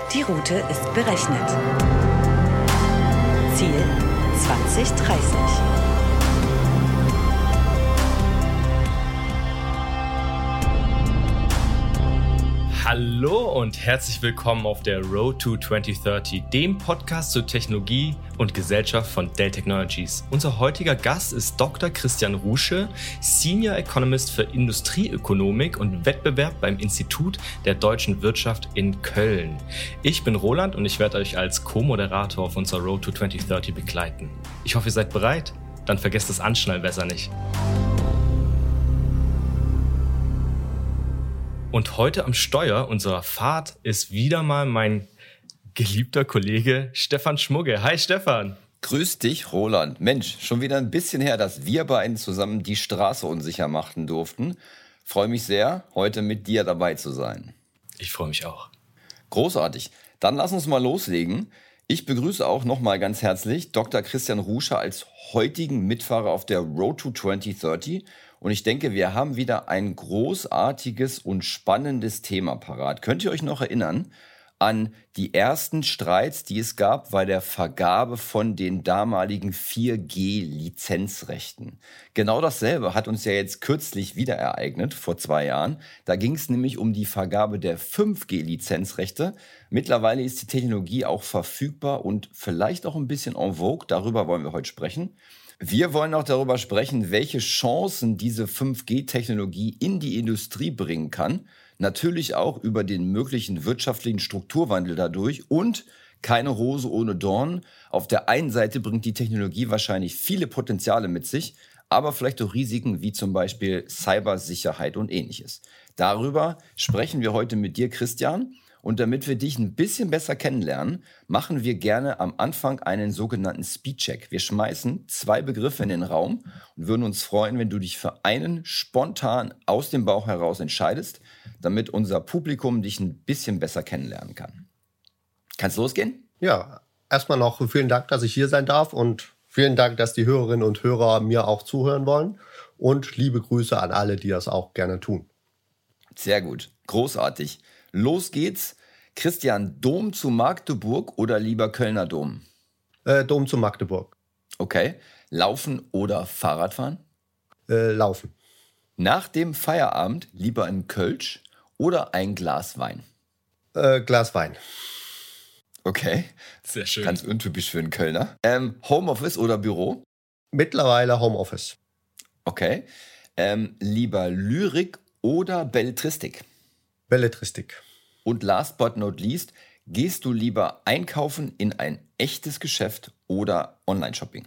Die Route ist berechnet. Ziel 2030. Hallo und herzlich willkommen auf der Road to 2030, dem Podcast zur Technologie und Gesellschaft von Dell Technologies. Unser heutiger Gast ist Dr. Christian Rusche, Senior Economist für Industrieökonomik und Wettbewerb beim Institut der Deutschen Wirtschaft in Köln. Ich bin Roland und ich werde euch als Co-Moderator auf unserer Road to 2030 begleiten. Ich hoffe, ihr seid bereit. Dann vergesst das Anschnallen besser nicht. Und heute am Steuer unserer Fahrt ist wieder mal mein geliebter Kollege Stefan Schmugge. Hi Stefan. Grüß dich, Roland. Mensch, schon wieder ein bisschen her, dass wir beiden zusammen die Straße unsicher machen durften. Freue mich sehr, heute mit dir dabei zu sein. Ich freue mich auch. Großartig. Dann lass uns mal loslegen. Ich begrüße auch nochmal ganz herzlich Dr. Christian Rusche als heutigen Mitfahrer auf der Road to 2030. Und ich denke, wir haben wieder ein großartiges und spannendes Thema parat. Könnt ihr euch noch erinnern an die ersten Streits, die es gab bei der Vergabe von den damaligen 4G-Lizenzrechten? Genau dasselbe hat uns ja jetzt kürzlich wieder ereignet, vor 2 Jahren. Da ging es nämlich um die Vergabe der 5G-Lizenzrechte. Mittlerweile ist die Technologie auch verfügbar und vielleicht auch ein bisschen en vogue. Darüber wollen wir heute sprechen. Wir wollen auch darüber sprechen, welche Chancen diese 5G-Technologie in die Industrie bringen kann. Natürlich auch über den möglichen wirtschaftlichen Strukturwandel dadurch und keine Rose ohne Dorn. Auf der einen Seite bringt die Technologie wahrscheinlich viele Potenziale mit sich, aber vielleicht auch Risiken wie zum Beispiel Cybersicherheit und Ähnliches. Darüber sprechen wir heute mit dir, Christian. Und damit wir dich ein bisschen besser kennenlernen, machen wir gerne am Anfang einen sogenannten Speedcheck. Wir schmeißen 2 Begriffe in den Raum und würden uns freuen, wenn du dich für einen spontan aus dem Bauch heraus entscheidest, damit unser Publikum dich ein bisschen besser kennenlernen kann. Kann's losgehen? Ja, erstmal noch vielen Dank, dass ich hier sein darf und vielen Dank, dass die Hörerinnen und Hörer mir auch zuhören wollen und liebe Grüße an alle, die das auch gerne tun. Sehr gut, großartig. Los geht's. Christian, Dom zu Magdeburg oder lieber Kölner Dom? Dom zu Magdeburg. Okay. Laufen oder Fahrradfahren? Laufen. Nach dem Feierabend lieber ein Kölsch oder ein Glas Wein? Glas Wein. Okay. Sehr schön. Ganz untypisch für einen Kölner. Homeoffice oder Büro? Mittlerweile Homeoffice. Okay. Lieber Lyrik oder Belletristik? Belletristik. Und last but not least, gehst du lieber einkaufen in ein echtes Geschäft oder Online-Shopping?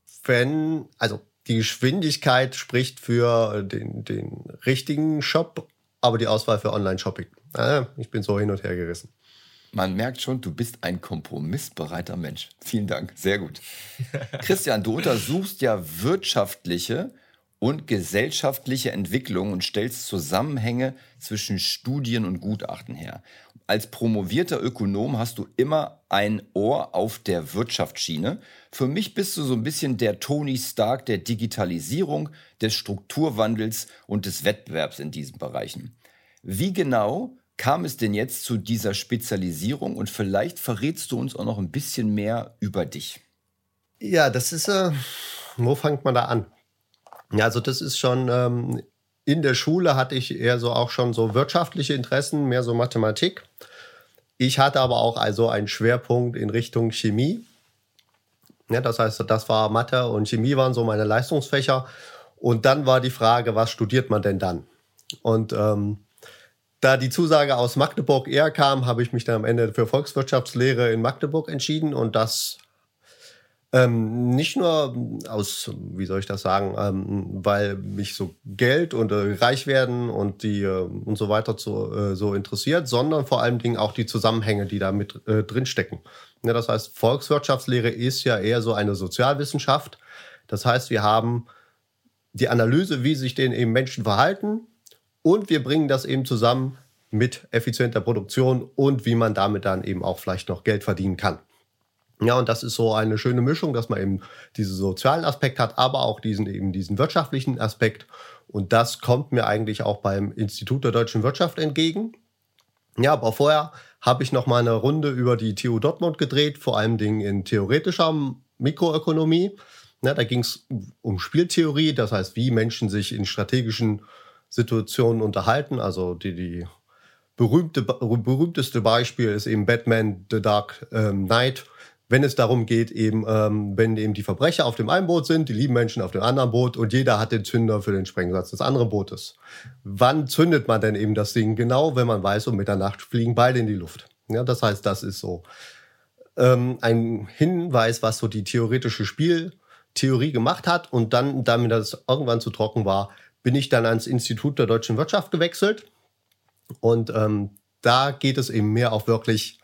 Also die Geschwindigkeit spricht für den richtigen Shop, aber die Auswahl für Online-Shopping. Ich bin so hin und her gerissen. Man merkt schon, du bist ein kompromissbereiter Mensch. Vielen Dank, sehr gut. Christian, du untersuchst ja wirtschaftliche und gesellschaftliche Entwicklung und stellst Zusammenhänge zwischen Studien und Gutachten her. Als promovierter Ökonom hast du immer ein Ohr auf der Wirtschaftsschiene. Für mich bist du so ein bisschen der Tony Stark der Digitalisierung, des Strukturwandels und des Wettbewerbs in diesen Bereichen. Wie genau kam es denn jetzt zu dieser Spezialisierung und vielleicht verrätst du uns auch noch ein bisschen mehr über dich? Ja, das ist, wo fängt man da an? Ja, also das ist schon, in der Schule hatte ich eher so auch schon so wirtschaftliche Interessen, mehr so Mathematik. Ich hatte aber auch also einen Schwerpunkt in Richtung Chemie. Ja, das heißt, das war Mathe und Chemie waren so meine Leistungsfächer. Und dann war die Frage, was studiert man denn dann? Und da die Zusage aus Magdeburg eher kam, habe ich mich dann am Ende für Volkswirtschaftslehre in Magdeburg entschieden und das nicht nur aus, wie soll ich das sagen, weil mich so Geld und reich werden und die und so weiter so interessiert, sondern vor allen Dingen auch die Zusammenhänge, die da mit drinstecken. Ja, das heißt, Volkswirtschaftslehre ist ja eher so eine Sozialwissenschaft. Das heißt, wir haben die Analyse, wie sich denn eben Menschen verhalten und wir bringen das eben zusammen mit effizienter Produktion und wie man damit dann eben auch vielleicht noch Geld verdienen kann. Ja, und das ist so eine schöne Mischung, dass man eben diesen sozialen Aspekt hat, aber auch diesen wirtschaftlichen Aspekt. Und das kommt mir eigentlich auch beim Institut der deutschen Wirtschaft entgegen. Ja, aber vorher habe ich noch mal eine Runde über die TU Dortmund gedreht, vor allem in theoretischer Mikroökonomie. Ja, da ging es um Spieltheorie, das heißt, wie Menschen sich in strategischen Situationen unterhalten. Also die berühmteste Beispiel ist eben Batman The Dark Knight, wenn es darum geht, eben, wenn eben die Verbrecher auf dem einen Boot sind, die lieben Menschen auf dem anderen Boot und jeder hat den Zünder für den Sprengsatz des anderen Bootes. Wann zündet man denn eben das Ding? Genau, wenn man weiß, um Mitternacht fliegen beide in die Luft. Ja, das heißt, das ist so ein Hinweis, was so die theoretische Spieltheorie gemacht hat. Und dann, damit das irgendwann zu trocken war, bin ich dann ans Institut der deutschen Wirtschaft gewechselt. Und da geht es eben mehr auch wirklich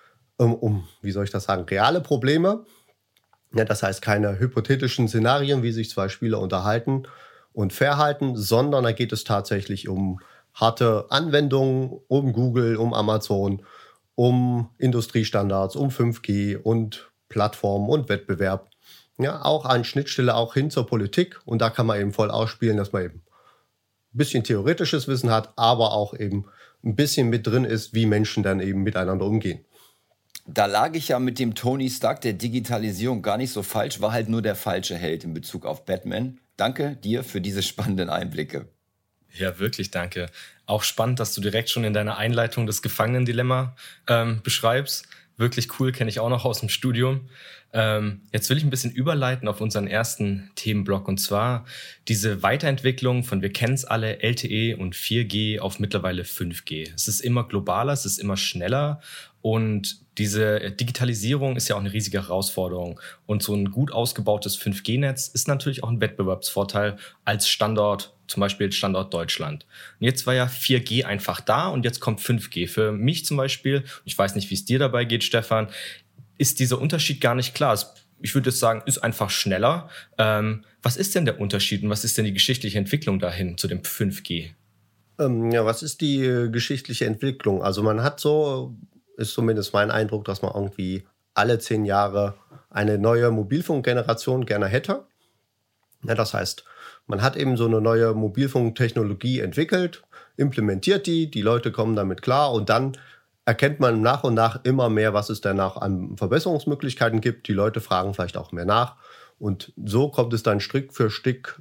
wie soll ich das sagen, reale Probleme. Ja, das heißt keine hypothetischen Szenarien, wie sich zwei Spieler unterhalten und verhalten, sondern da geht es tatsächlich um harte Anwendungen, um Google, um Amazon, um Industriestandards, um 5G und Plattformen und Wettbewerb. Ja, auch an Schnittstelle auch hin zur Politik. Und da kann man eben voll ausspielen, dass man eben ein bisschen theoretisches Wissen hat, aber auch eben ein bisschen mit drin ist, wie Menschen dann eben miteinander umgehen. Da lag ich ja mit dem Tony Stark der Digitalisierung gar nicht so falsch, war halt nur der falsche Held in Bezug auf Batman. Danke dir für diese spannenden Einblicke. Ja, wirklich danke. Auch spannend, dass du direkt schon in deiner Einleitung das Gefangenendilemma beschreibst. Wirklich cool, kenne ich auch noch aus dem Studium. Jetzt will ich ein bisschen überleiten auf unseren ersten Themenblock, und zwar diese Weiterentwicklung von, wir kennen es alle, LTE und 4G auf mittlerweile 5G. Es ist immer globaler, es ist immer schneller und diese Digitalisierung ist ja auch eine riesige Herausforderung. Und so ein gut ausgebautes 5G-Netz ist natürlich auch ein Wettbewerbsvorteil als Standort, zum Beispiel Standort Deutschland. Und jetzt war ja 4G einfach da und jetzt kommt 5G. Für mich zum Beispiel, ich weiß nicht, wie es dir dabei geht, Stefan, ist dieser Unterschied gar nicht klar. Ich würde jetzt sagen, ist einfach schneller. Was ist denn der Unterschied und was ist denn die geschichtliche Entwicklung dahin zu dem 5G? Was ist die geschichtliche Entwicklung? Also man hat so, ist zumindest mein Eindruck, dass man irgendwie alle 10 Jahre eine neue Mobilfunkgeneration gerne hätte. Ja, das heißt, man hat eben so eine neue Mobilfunktechnologie entwickelt, implementiert die Leute kommen damit klar und dann erkennt man nach und nach immer mehr, was es danach an Verbesserungsmöglichkeiten gibt. Die Leute fragen vielleicht auch mehr nach. Und so kommt es dann Stück für Stück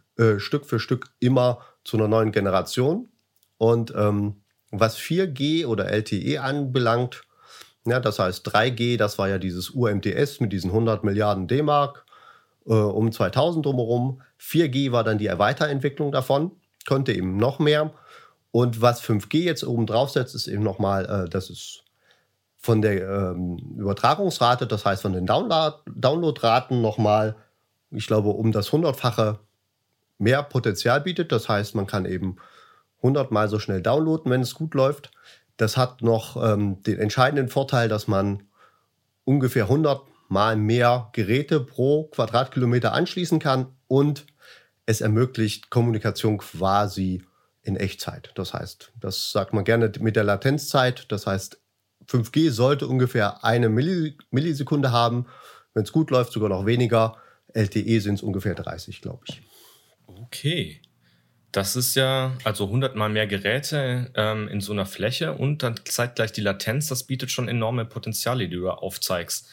immer zu einer neuen Generation. Und was 4G oder LTE anbelangt, ja, das heißt 3G, das war ja dieses UMTS mit diesen 100 Milliarden D-Mark um 2000 drumherum. 4G war dann die Weiterentwicklung davon, konnte eben noch mehr. Und was 5G jetzt oben drauf setzt, ist eben nochmal, das ist von der Übertragungsrate, das heißt von den Downloadraten nochmal, ich glaube, um das 100-fache mehr Potenzial bietet. Das heißt, man kann eben 100-mal so schnell downloaden, wenn es gut läuft. Das hat noch den entscheidenden Vorteil, dass man ungefähr 100-mal mehr Geräte pro Quadratkilometer anschließen kann und es ermöglicht Kommunikation quasi in Echtzeit. Das heißt, das sagt man gerne mit der Latenzzeit. Das heißt, 5G sollte ungefähr 1 Millisekunde haben. Wenn es gut läuft, sogar noch weniger. LTE sind es ungefähr 30, glaube ich. Okay. Das ist ja also 100-mal mehr Geräte in so einer Fläche und dann zeitgleich die Latenz. Das bietet schon enorme Potenziale, die du aufzeigst.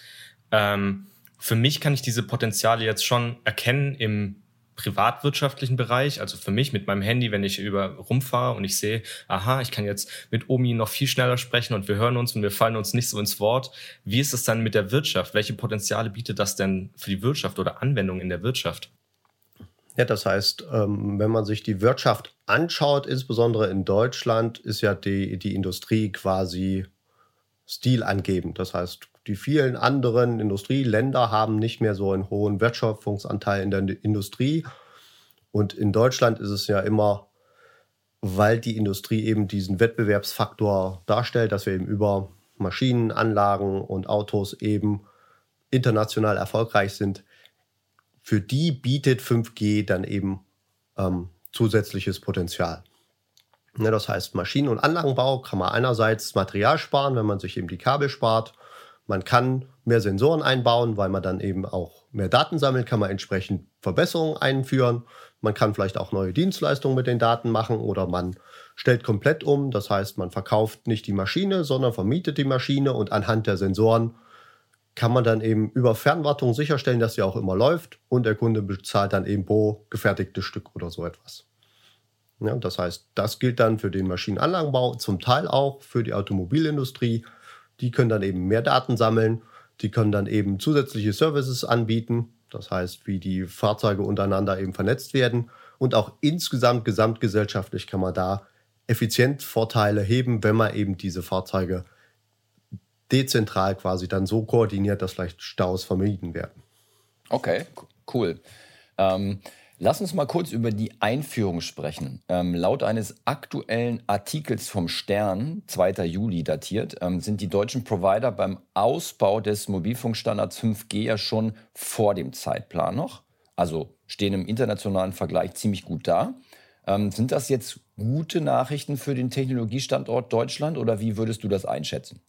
Für mich kann ich diese Potenziale jetzt schon erkennen im privatwirtschaftlichen Bereich, also für mich mit meinem Handy, wenn ich rumfahre und ich sehe, aha, ich kann jetzt mit Omi noch viel schneller sprechen und wir hören uns und wir fallen uns nicht so ins Wort. Wie ist es dann mit der Wirtschaft? Welche Potenziale bietet das denn für die Wirtschaft oder Anwendungen in der Wirtschaft? Ja, das heißt, wenn man sich die Wirtschaft anschaut, insbesondere in Deutschland, ist ja die Industrie quasi stilangebend. Das heißt, die vielen anderen Industrieländer haben nicht mehr so einen hohen Wertschöpfungsanteil in der Industrie. Und in Deutschland ist es ja immer, weil die Industrie eben diesen Wettbewerbsfaktor darstellt, dass wir eben über Maschinen, Anlagen und Autos eben international erfolgreich sind. Für die bietet 5G dann eben zusätzliches Potenzial. Ja, das heißt, Maschinen- und Anlagenbau kann man einerseits Material sparen, wenn man sich eben die Kabel spart. Man kann mehr Sensoren einbauen, weil man dann eben auch mehr Daten sammelt, kann man entsprechend Verbesserungen einführen. Man kann vielleicht auch neue Dienstleistungen mit den Daten machen oder man stellt komplett um. Das heißt, man verkauft nicht die Maschine, sondern vermietet die Maschine und anhand der Sensoren kann man dann eben über Fernwartung sicherstellen, dass sie auch immer läuft und der Kunde bezahlt dann eben pro gefertigtes Stück oder so etwas. Ja, das heißt, das gilt dann für den Maschinenanlagenbau, zum Teil auch für die Automobilindustrie. Die können dann eben mehr Daten sammeln, die können dann eben zusätzliche Services anbieten, das heißt, wie die Fahrzeuge untereinander eben vernetzt werden und auch insgesamt gesamtgesellschaftlich kann man da effizient Vorteile heben, wenn man eben diese Fahrzeuge dezentral quasi dann so koordiniert, dass vielleicht Staus vermieden werden. Okay, cool. Lass uns mal kurz über die Einführung sprechen. Laut eines aktuellen Artikels vom Stern, 2. Juli datiert, sind die deutschen Provider beim Ausbau des Mobilfunkstandards 5G ja schon vor dem Zeitplan noch. Also stehen im internationalen Vergleich ziemlich gut da. Sind das jetzt gute Nachrichten für den Technologiestandort Deutschland oder wie würdest du das einschätzen?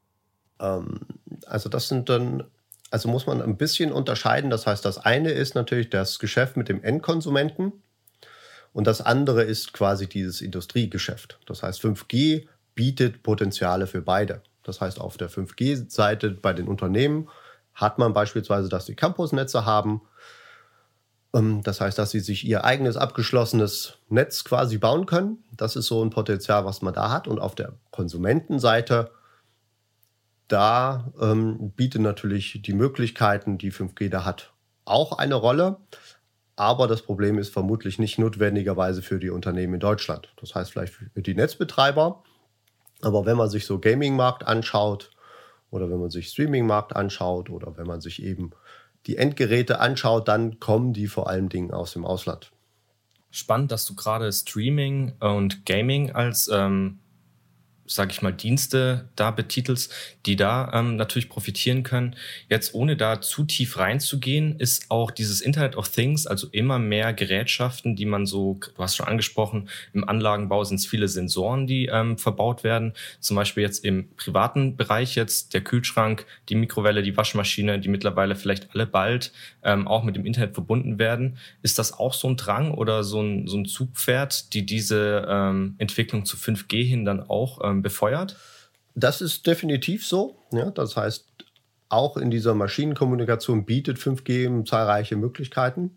Also das sind dann, also muss man ein bisschen unterscheiden. Das heißt, das eine ist natürlich das Geschäft mit dem Endkonsumenten und das andere ist quasi dieses Industriegeschäft. Das heißt, 5G bietet Potenziale für beide. Das heißt, auf der 5G-Seite bei den Unternehmen hat man beispielsweise, dass sie Campusnetze haben. Das heißt, dass sie sich ihr eigenes abgeschlossenes Netz quasi bauen können. Das ist so ein Potenzial, was man da hat. Und auf der Konsumentenseite da bietet natürlich die Möglichkeiten, die 5G da hat, auch eine Rolle. Aber das Problem ist vermutlich nicht notwendigerweise für die Unternehmen in Deutschland. Das heißt vielleicht für die Netzbetreiber. Aber wenn man sich so Gaming-Markt anschaut oder wenn man sich Streaming-Markt anschaut oder wenn man sich eben die Endgeräte anschaut, dann kommen die vor allen Dingen aus dem Ausland. Spannend, dass du gerade Streaming und Gaming als sage ich mal, Dienste da betitelst, die da natürlich profitieren können. Jetzt ohne da zu tief reinzugehen, ist auch dieses Internet of Things, also immer mehr Gerätschaften, die man so, du hast schon angesprochen, im Anlagenbau sind es viele Sensoren, die verbaut werden. Zum Beispiel jetzt im privaten Bereich jetzt der Kühlschrank, die Mikrowelle, die Waschmaschine, die mittlerweile vielleicht alle bald auch mit dem Internet verbunden werden. Ist das auch so ein Drang oder so ein Zugpferd, die diese Entwicklung zu 5G hin dann auch befeuert? Das ist definitiv so. Ja, das heißt, auch in dieser Maschinenkommunikation bietet 5G zahlreiche Möglichkeiten.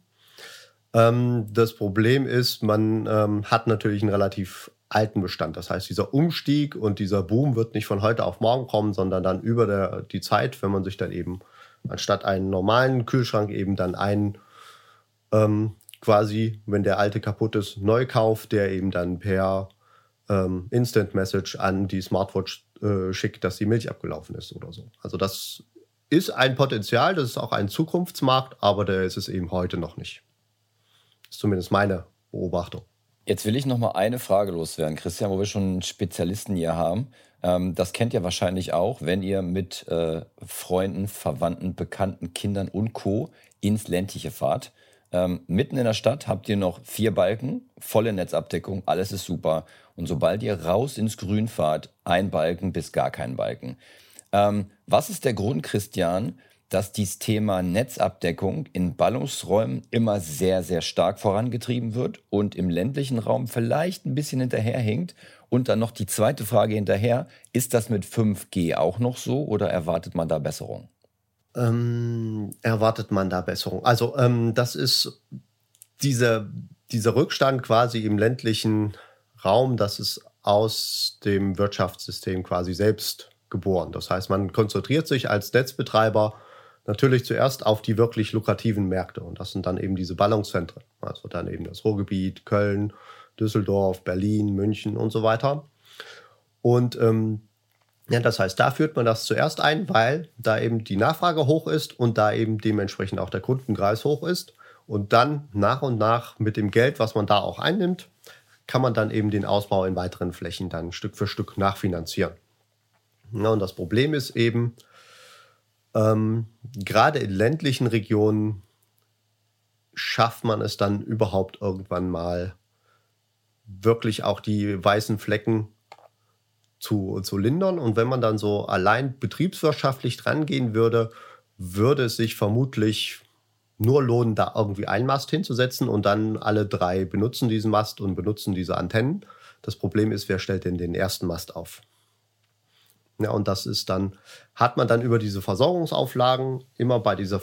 Das Problem ist, man hat natürlich einen relativ alten Bestand. Das heißt, dieser Umstieg und dieser Boom wird nicht von heute auf morgen kommen, sondern dann über die Zeit, wenn man sich dann eben anstatt einen normalen Kühlschrank eben dann einen quasi, wenn der alte kaputt ist, neu kauft, der eben dann per Instant Message an die Smartwatch schickt, dass die Milch abgelaufen ist oder so. Also das ist ein Potenzial, das ist auch ein Zukunftsmarkt, aber der ist es eben heute noch nicht. Das ist zumindest meine Beobachtung. Jetzt will ich noch mal eine Frage loswerden, Christian, wo wir schon einen Spezialisten hier haben. Das kennt ihr wahrscheinlich auch, wenn ihr mit Freunden, Verwandten, Bekannten, Kindern und Co. ins Ländliche fahrt. Mitten in der Stadt habt ihr noch 4 Balken, volle Netzabdeckung, alles ist super. Und sobald ihr raus ins Grün fahrt, 1 Balken bis gar kein Balken. Was ist der Grund, Christian, dass dieses Thema Netzabdeckung in Ballungsräumen immer sehr, sehr stark vorangetrieben wird und im ländlichen Raum vielleicht ein bisschen hinterherhinkt? Und dann noch die zweite Frage hinterher, ist das mit 5G auch noch so oder erwartet man da Besserung? Erwartet man da Besserung? Also das ist dieser Rückstand quasi im ländlichen Raum, das ist aus dem Wirtschaftssystem quasi selbst geboren. Das heißt, man konzentriert sich als Netzbetreiber natürlich zuerst auf die wirklich lukrativen Märkte und das sind dann eben diese Ballungszentren. Also dann eben das Ruhrgebiet, Köln, Düsseldorf, Berlin, München und so weiter. Und ja, das heißt, da führt man das zuerst ein, weil da eben die Nachfrage hoch ist und da eben dementsprechend auch der Kundenkreis hoch ist. Und dann nach und nach mit dem Geld, was man da auch einnimmt, kann man dann eben den Ausbau in weiteren Flächen dann Stück für Stück nachfinanzieren. Ja, und das Problem ist eben, gerade in ländlichen Regionen schafft man es dann überhaupt irgendwann mal wirklich auch die weißen Flecken zu lindern. Und wenn man dann so allein betriebswirtschaftlich dran gehen würde, würde es sich vermutlich nur lohnen, da irgendwie einen Mast hinzusetzen und dann alle 3 benutzen diesen Mast und benutzen diese Antennen. Das Problem ist, wer stellt denn den ersten Mast auf? Ja, und das ist dann, hat man dann über diese Versorgungsauflagen immer bei dieser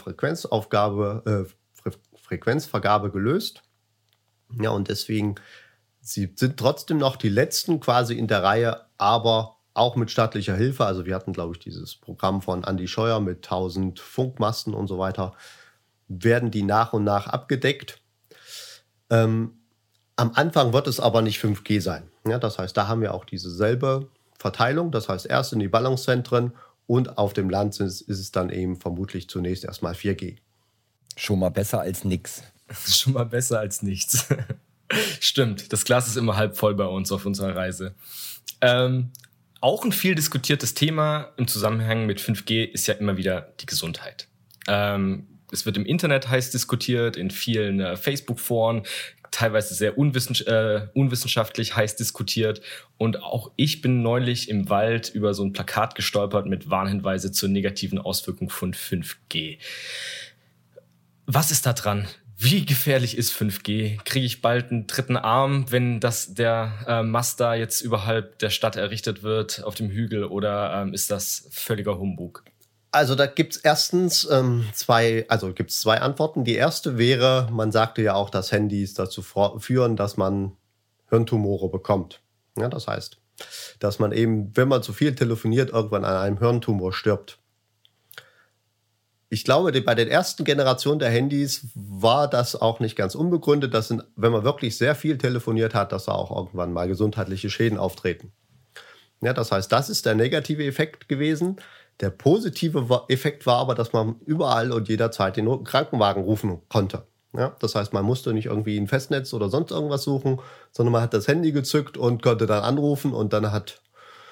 Frequenzvergabe gelöst. Ja, und deswegen, sie sind trotzdem noch die letzten quasi in der Reihe, aber auch mit staatlicher Hilfe. Also wir hatten, glaube ich, dieses Programm von Andi Scheuer mit 1000 Funkmasten und so weiter, werden die nach und nach abgedeckt. Am Anfang wird es aber nicht 5G sein. Ja, das heißt, da haben wir auch dieselbe Verteilung. Das heißt, erst in die Ballungszentren und auf dem Land ist es dann eben vermutlich zunächst erstmal 4G. Schon mal besser als nix. Schon mal besser als nichts. Stimmt, das Glas ist immer halb voll bei uns auf unserer Reise. Auch ein viel diskutiertes Thema im Zusammenhang mit 5G ist ja immer wieder die Gesundheit. Es wird im Internet heiß diskutiert, in vielen Facebook-Foren, teilweise sehr unwissenschaftlich heiß diskutiert. Und auch ich bin neulich im Wald über so ein Plakat gestolpert mit Warnhinweise zur negativen Auswirkung von 5G. Was ist da dran? Wie gefährlich ist 5G? Kriege ich bald einen dritten Arm, wenn der Mast da jetzt überhalb der Stadt errichtet wird auf dem Hügel, oder ist das völliger Humbug? Also da gibt es erstens zwei Antworten. Die erste wäre, man sagte ja auch, dass Handys dazu führen, dass man Hirntumore bekommt. Ja, das heißt, dass man eben, wenn man zu viel telefoniert, irgendwann an einem Hirntumor stirbt. Ich glaube, bei den ersten Generationen der Handys war das auch nicht ganz unbegründet. Das sind, wenn man wirklich sehr viel telefoniert hat, dass da auch irgendwann mal gesundheitliche Schäden auftreten. Ja, das heißt, das ist der negative Effekt gewesen. Der positive Effekt war aber, dass man überall und jederzeit den Krankenwagen rufen konnte. Ja, das heißt, man musste nicht irgendwie ein Festnetz oder sonst irgendwas suchen, sondern man hat das Handy gezückt und konnte dann anrufen, und dann hat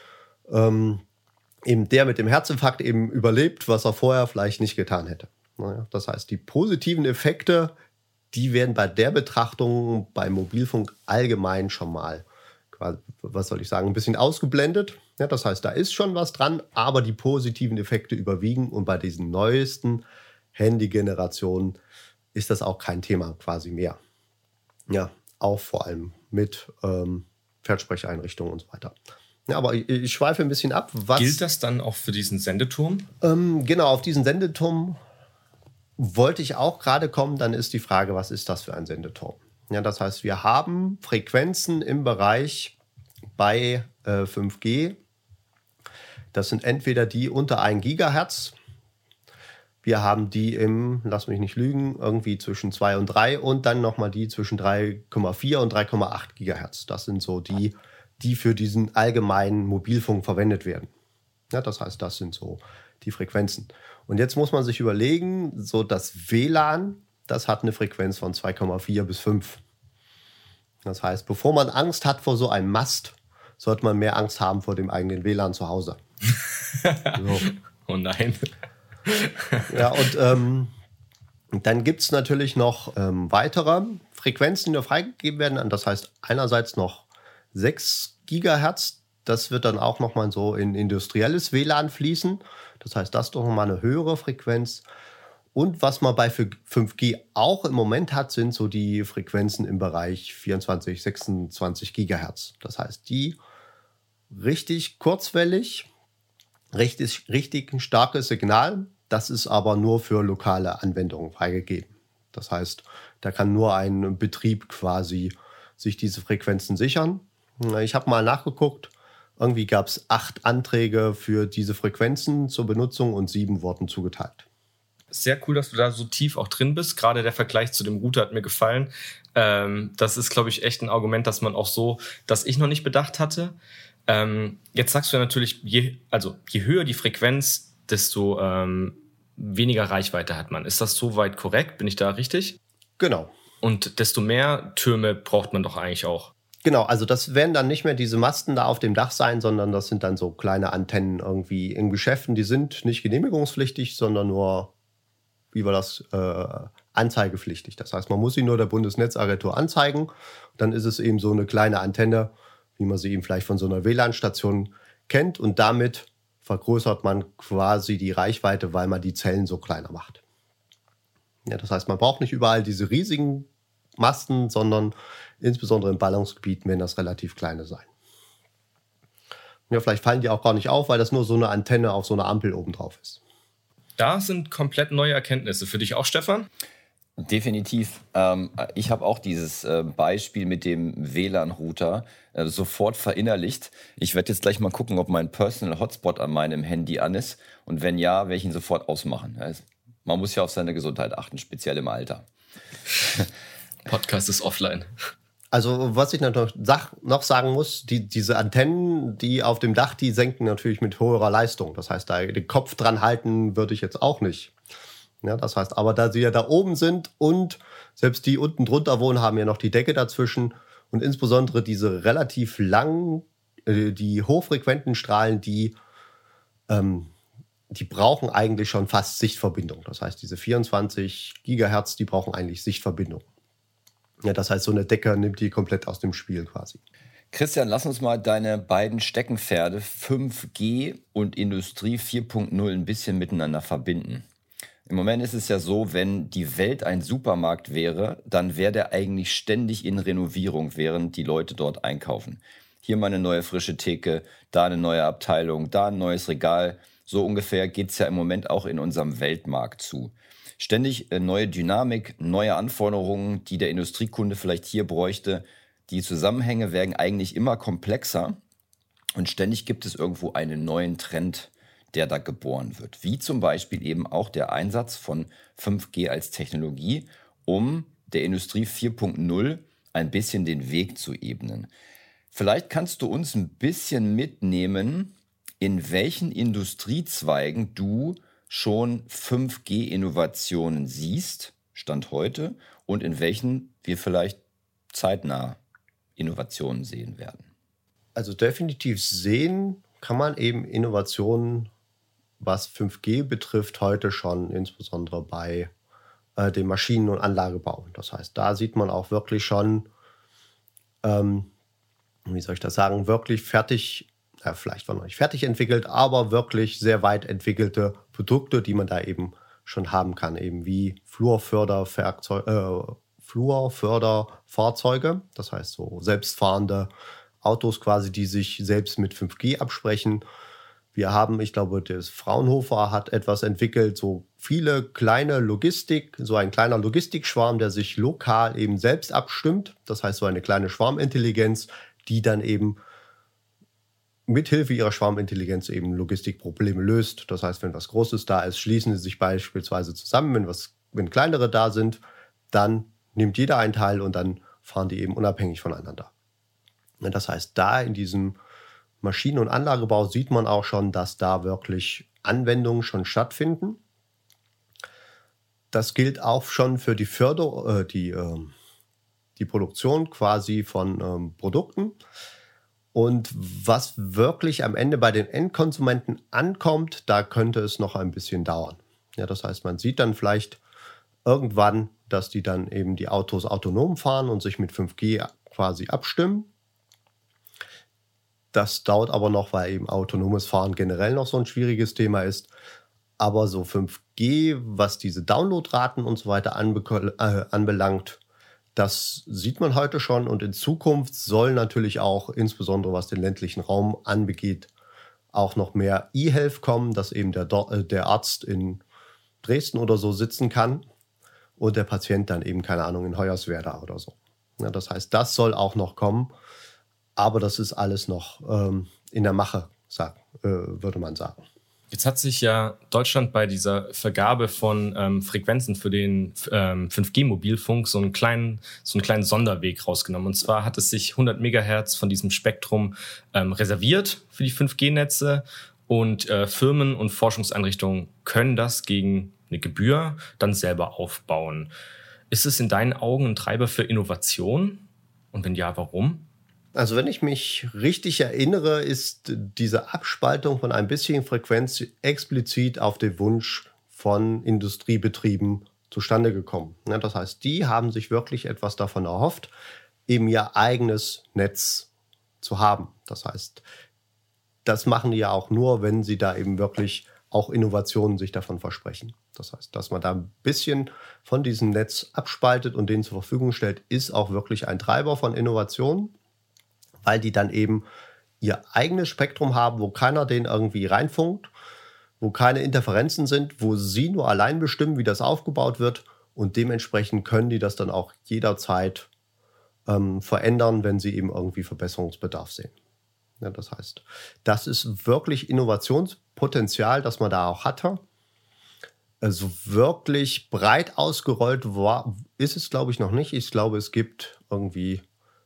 eben der mit dem Herzinfarkt eben überlebt, was er vorher vielleicht nicht getan hätte. Naja, das heißt, die positiven Effekte, die werden bei der Betrachtung beim Mobilfunk allgemein schon mal, was soll ich sagen, ein bisschen ausgeblendet. Ja, das heißt, da ist schon was dran, aber die positiven Effekte überwiegen, und bei diesen neuesten Handy-Generationen ist das auch kein Thema quasi mehr. Ja, auch vor allem mit Fernsprecheinrichtungen und so weiter. Ja, aber ich schweife ein bisschen ab. Gilt das dann auch für diesen Sendeturm? Genau, auf diesen Sendeturm wollte ich auch gerade kommen. Dann ist die Frage, was ist das für ein Sendeturm? Ja, das heißt, wir haben Frequenzen im Bereich bei 5G. Das sind entweder die unter 1 Gigahertz. Wir haben die im, lass mich nicht lügen, irgendwie zwischen 2 und 3 und dann nochmal die zwischen 3,4 und 3,8 Gigahertz. Das sind so die für diesen allgemeinen Mobilfunk verwendet werden. Ja, das heißt, das sind so die Frequenzen. Und jetzt muss man sich überlegen, so das WLAN, das hat eine Frequenz von 2,4 bis 5. Das heißt, bevor man Angst hat vor so einem Mast, sollte man mehr Angst haben vor dem eigenen WLAN zu Hause. So. Oh nein. Ja, und dann gibt es natürlich noch weitere Frequenzen, die freigegeben werden. Das heißt, einerseits noch 6 Gigahertz, das wird dann auch nochmal so in industrielles WLAN fließen. Das heißt, das ist doch nochmal eine höhere Frequenz. Und was man bei 5G auch im Moment hat, sind so die Frequenzen im Bereich 24, 26 Gigahertz. Das heißt, die richtig kurzwellig, richtig ein starkes Signal, das ist aber nur für lokale Anwendungen freigegeben. Das heißt, da kann nur ein Betrieb quasi sich diese Frequenzen sichern. Ich habe mal nachgeguckt, irgendwie gab es 8 Anträge für diese Frequenzen zur Benutzung und 7 wurden zugeteilt. Sehr cool, dass du da so tief auch drin bist. Gerade der Vergleich zu dem Router hat mir gefallen. Das ist, glaube ich, echt ein Argument, dass ich noch nicht bedacht hatte. Jetzt sagst du ja natürlich, je höher die Frequenz, desto weniger Reichweite hat man. Ist das soweit korrekt? Bin ich da richtig? Genau. Und desto mehr Türme braucht man doch eigentlich auch. Genau, also das werden dann nicht mehr diese Masten da auf dem Dach sein, sondern das sind dann so kleine Antennen irgendwie in Geschäften. Die sind nicht genehmigungspflichtig, sondern nur, wie war das, anzeigepflichtig. Das heißt, man muss sie nur der Bundesnetzagentur anzeigen. Dann ist es eben so eine kleine Antenne, wie man sie eben vielleicht von so einer WLAN-Station kennt. Und damit vergrößert man quasi die Reichweite, weil man die Zellen so kleiner macht. Ja, das heißt, man braucht nicht überall diese riesigen Masten, sondern insbesondere in Ballungsgebieten werden das relativ kleine sein. Ja, vielleicht fallen die auch gar nicht auf, weil das nur so eine Antenne auf so einer Ampel oben drauf ist. Da sind komplett neue Erkenntnisse. Für dich auch, Stefan? Definitiv. Ich habe auch dieses Beispiel mit dem WLAN-Router sofort verinnerlicht. Ich werde jetzt gleich mal gucken, ob mein Personal Hotspot an meinem Handy an ist. Und wenn ja, werde ich ihn sofort ausmachen. Also, man muss ja auf seine Gesundheit achten, speziell im Alter. Podcast ist offline. Also was ich noch sagen muss, diese Antennen, die auf dem Dach, die senken natürlich mit höherer Leistung. Das heißt, da den Kopf dran halten würde ich jetzt auch nicht. Ja, das heißt, aber da sie ja da oben sind und selbst die unten drunter wohnen, haben ja noch die Decke dazwischen. Und insbesondere diese relativ langen, die hochfrequenten Strahlen, die brauchen eigentlich schon fast Sichtverbindung. Das heißt, diese 24 Gigahertz, die brauchen eigentlich Sichtverbindung. Ja, das heißt, so eine Decke nimmt die komplett aus dem Spiel quasi. Christian, lass uns mal deine beiden Steckenpferde 5G und Industrie 4.0 ein bisschen miteinander verbinden. Im Moment ist es ja so, wenn die Welt ein Supermarkt wäre, dann wäre der eigentlich ständig in Renovierung, während die Leute dort einkaufen. Hier mal eine neue frische Theke, da eine neue Abteilung, da ein neues Regal. So ungefähr geht es ja im Moment auch in unserem Weltmarkt zu. Ständig neue Dynamik, neue Anforderungen, die der Industriekunde vielleicht hier bräuchte. Die Zusammenhänge werden eigentlich immer komplexer und ständig gibt es irgendwo einen neuen Trend, der da geboren wird. Wie zum Beispiel eben auch der Einsatz von 5G als Technologie, um der Industrie 4.0 ein bisschen den Weg zu ebnen. Vielleicht kannst du uns ein bisschen mitnehmen, in welchen Industriezweigen du schon 5G-Innovationen siehst, Stand heute, und in welchen wir vielleicht zeitnah Innovationen sehen werden. Also definitiv sehen kann man eben Innovationen, was 5G betrifft, heute schon, insbesondere bei dem Maschinen- und Anlagebau. Das heißt, da sieht man auch wirklich schon, wirklich fertig, vielleicht war noch nicht fertig entwickelt, aber wirklich sehr weit entwickelte Produkte, die man da eben schon haben kann, eben wie Flurförderfahrzeuge, das heißt so selbstfahrende Autos quasi, die sich selbst mit 5G absprechen. Wir haben, ich glaube, das Fraunhofer hat etwas entwickelt, so viele kleine Logistik, so ein kleiner Logistikschwarm, der sich lokal eben selbst abstimmt. Das heißt, so eine kleine Schwarmintelligenz, die dann eben mithilfe ihrer Schwarmintelligenz eben Logistikprobleme löst. Das heißt, wenn was Großes da ist, schließen sie sich beispielsweise zusammen. Wenn kleinere da sind, dann nimmt jeder einen Teil und dann fahren die eben unabhängig voneinander. Das heißt, da in diesem Maschinen- und Anlagebau sieht man auch schon, dass da wirklich Anwendungen schon stattfinden. Das gilt auch schon für die die Produktion quasi von Produkten. Und was wirklich am Ende bei den Endkonsumenten ankommt, da könnte es noch ein bisschen dauern. Ja, das heißt, man sieht dann vielleicht irgendwann, dass die dann eben die Autos autonom fahren und sich mit 5G quasi abstimmen. Das dauert aber noch, weil eben autonomes Fahren generell noch so ein schwieriges Thema ist. Aber so 5G, was diese Downloadraten und so weiter anbelangt, das sieht man heute schon. Und in Zukunft soll natürlich auch, insbesondere was den ländlichen Raum angeht, auch noch mehr E-Health kommen, dass eben der Arzt in Dresden oder so sitzen kann und der Patient dann eben, keine Ahnung, in Hoyerswerda oder so. Ja, das heißt, das soll auch noch kommen. Aber das ist alles noch in der Mache, würde man sagen. Jetzt hat sich ja Deutschland bei dieser Vergabe von Frequenzen für den 5G-Mobilfunk so einen kleinen Sonderweg rausgenommen. Und zwar hat es sich 100 Megahertz von diesem Spektrum reserviert für die 5G-Netze. Und Firmen und Forschungseinrichtungen können das gegen eine Gebühr dann selber aufbauen. Ist es in deinen Augen ein Treiber für Innovation? Und wenn ja, warum? Also wenn ich mich richtig erinnere, ist diese Abspaltung von ein bisschen Frequenz explizit auf den Wunsch von Industriebetrieben zustande gekommen. Ja, das heißt, die haben sich wirklich etwas davon erhofft, eben ihr eigenes Netz zu haben. Das heißt, das machen die ja auch nur, wenn sie da eben wirklich auch Innovationen sich davon versprechen. Das heißt, dass man da ein bisschen von diesem Netz abspaltet und den zur Verfügung stellt, ist auch wirklich ein Treiber von Innovationen, weil die dann eben ihr eigenes Spektrum haben, wo keiner den irgendwie reinfunkt, wo keine Interferenzen sind, wo sie nur allein bestimmen, wie das aufgebaut wird, und dementsprechend können die das dann auch jederzeit verändern, wenn sie eben irgendwie Verbesserungsbedarf sehen. Ja, das heißt, das ist wirklich Innovationspotenzial, das man da auch hatte. Also wirklich breit ausgerollt ist es, glaube ich, noch nicht. Ich glaube, es gibt irgendwie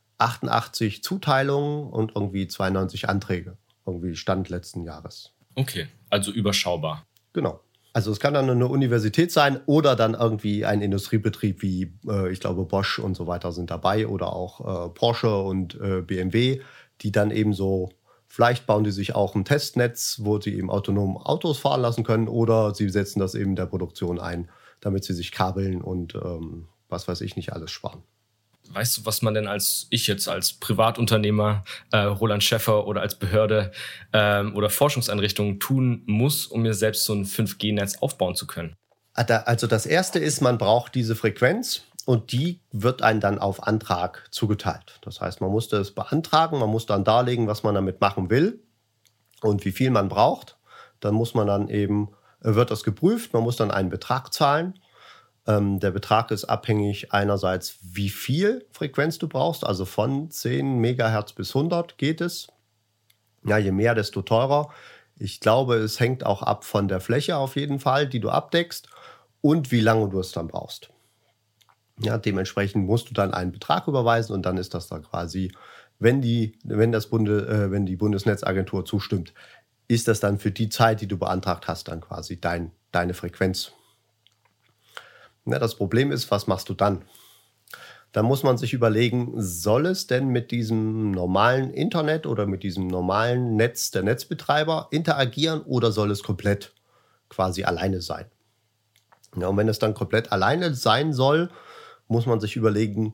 88 Zuteilungen und irgendwie 92 Anträge. Irgendwie Stand letzten Jahres. Okay, also überschaubar. Genau. Also es kann dann eine Universität sein oder dann irgendwie ein Industriebetrieb wie, ich glaube, Bosch und so weiter sind dabei oder auch Porsche und BMW, die dann eben so, vielleicht bauen die sich auch ein Testnetz, wo sie eben autonom Autos fahren lassen können, oder sie setzen das eben in der Produktion ein, damit sie sich Kabeln und was weiß ich nicht alles sparen. Weißt du, was man denn als Privatunternehmer, Roland Schäffer, oder als Behörde oder Forschungseinrichtung tun muss, um mir selbst so ein 5G-Netz aufbauen zu können? Also das Erste ist, man braucht diese Frequenz und die wird einem dann auf Antrag zugeteilt. Das heißt, man muss das beantragen, man muss dann darlegen, was man damit machen will und wie viel man braucht. Dann muss man dann eben, wird das geprüft, man muss dann einen Betrag zahlen. Der Betrag ist abhängig einerseits, wie viel Frequenz du brauchst, also von 10 Megahertz bis 100 geht es. Ja, je mehr, desto teurer. Ich glaube, es hängt auch ab von der Fläche auf jeden Fall, die du abdeckst, und wie lange du es dann brauchst. Ja, dementsprechend musst du dann einen Betrag überweisen und dann ist das da quasi, wenn die Bundesnetzagentur zustimmt, ist das dann für die Zeit, die du beantragt hast, dann quasi deine Frequenz. Ja, das Problem ist, was machst du dann? Da muss man sich überlegen, soll es denn mit diesem normalen Internet oder mit diesem normalen Netz der Netzbetreiber interagieren oder soll es komplett quasi alleine sein? Ja, und wenn es dann komplett alleine sein soll, muss man sich überlegen,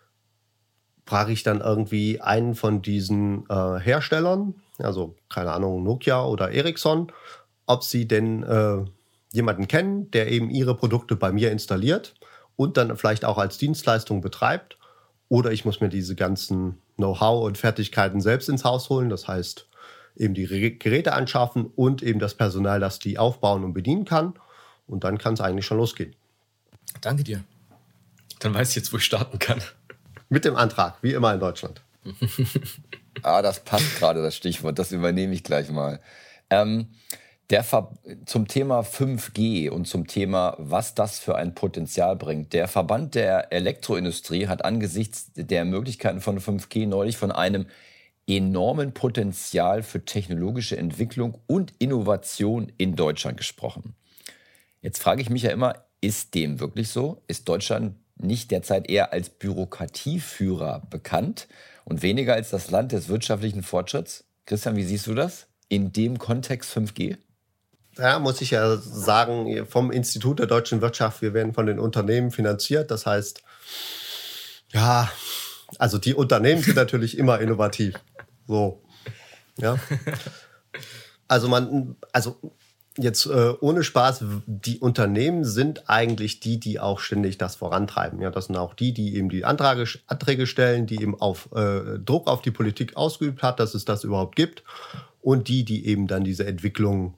frage ich dann irgendwie einen von diesen Herstellern, also keine Ahnung, Nokia oder Ericsson, ob sie denn jemanden kennen, der eben ihre Produkte bei mir installiert und dann vielleicht auch als Dienstleistung betreibt. Oder ich muss mir diese ganzen Know-how und Fertigkeiten selbst ins Haus holen. Das heißt, eben die Geräte anschaffen und eben das Personal, das die aufbauen und bedienen kann. Und dann kann es eigentlich schon losgehen. Danke dir. Dann weiß ich jetzt, wo ich starten kann. Mit dem Antrag, wie immer in Deutschland. Das passt gerade, das Stichwort. Das übernehme ich gleich mal. Zum Thema 5G und zum Thema, was das für ein Potenzial bringt. Der Verband der Elektroindustrie hat angesichts der Möglichkeiten von 5G neulich von einem enormen Potenzial für technologische Entwicklung und Innovation in Deutschland gesprochen. Jetzt frage ich mich ja immer, ist dem wirklich so? Ist Deutschland nicht derzeit eher als Bürokratieführer bekannt und weniger als das Land des wirtschaftlichen Fortschritts? Christian, wie siehst du das in dem Kontext 5G? Ja, muss ich ja sagen, vom Institut der deutschen Wirtschaft, wir werden von den Unternehmen finanziert. Das heißt, ja, also die Unternehmen sind natürlich immer innovativ. So, ja. Also jetzt ohne Spaß, die Unternehmen sind eigentlich die auch ständig das vorantreiben. Ja, das sind auch die eben die Anträge stellen, die eben auf Druck auf die Politik ausgeübt hat, dass es das überhaupt gibt. Und die eben dann diese Entwicklung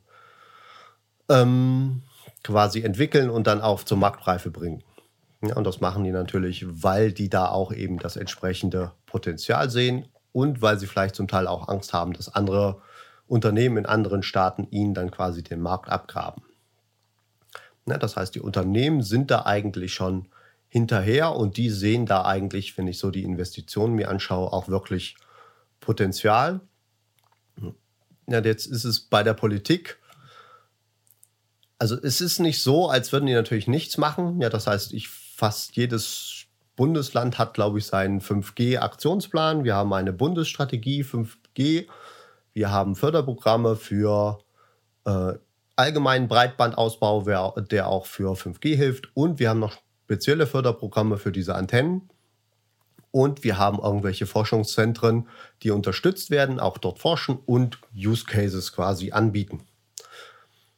quasi entwickeln und dann auch zur Marktreife bringen. Ja, und das machen die natürlich, weil die da auch eben das entsprechende Potenzial sehen und weil sie vielleicht zum Teil auch Angst haben, dass andere Unternehmen in anderen Staaten ihnen dann quasi den Markt abgraben. Ja, das heißt, die Unternehmen sind da eigentlich schon hinterher und die sehen da eigentlich, wenn ich so die Investitionen mir anschaue, auch wirklich Potenzial. Ja, jetzt ist es bei der Politik. Also es ist nicht so, als würden die natürlich nichts machen. Ja, das heißt, fast jedes Bundesland hat, glaube ich, seinen 5G-Aktionsplan. Wir haben eine Bundesstrategie 5G. Wir haben Förderprogramme für allgemeinen Breitbandausbau, der auch für 5G hilft. Und wir haben noch spezielle Förderprogramme für diese Antennen. Und wir haben irgendwelche Forschungszentren, die unterstützt werden, auch dort forschen und Use Cases quasi anbieten.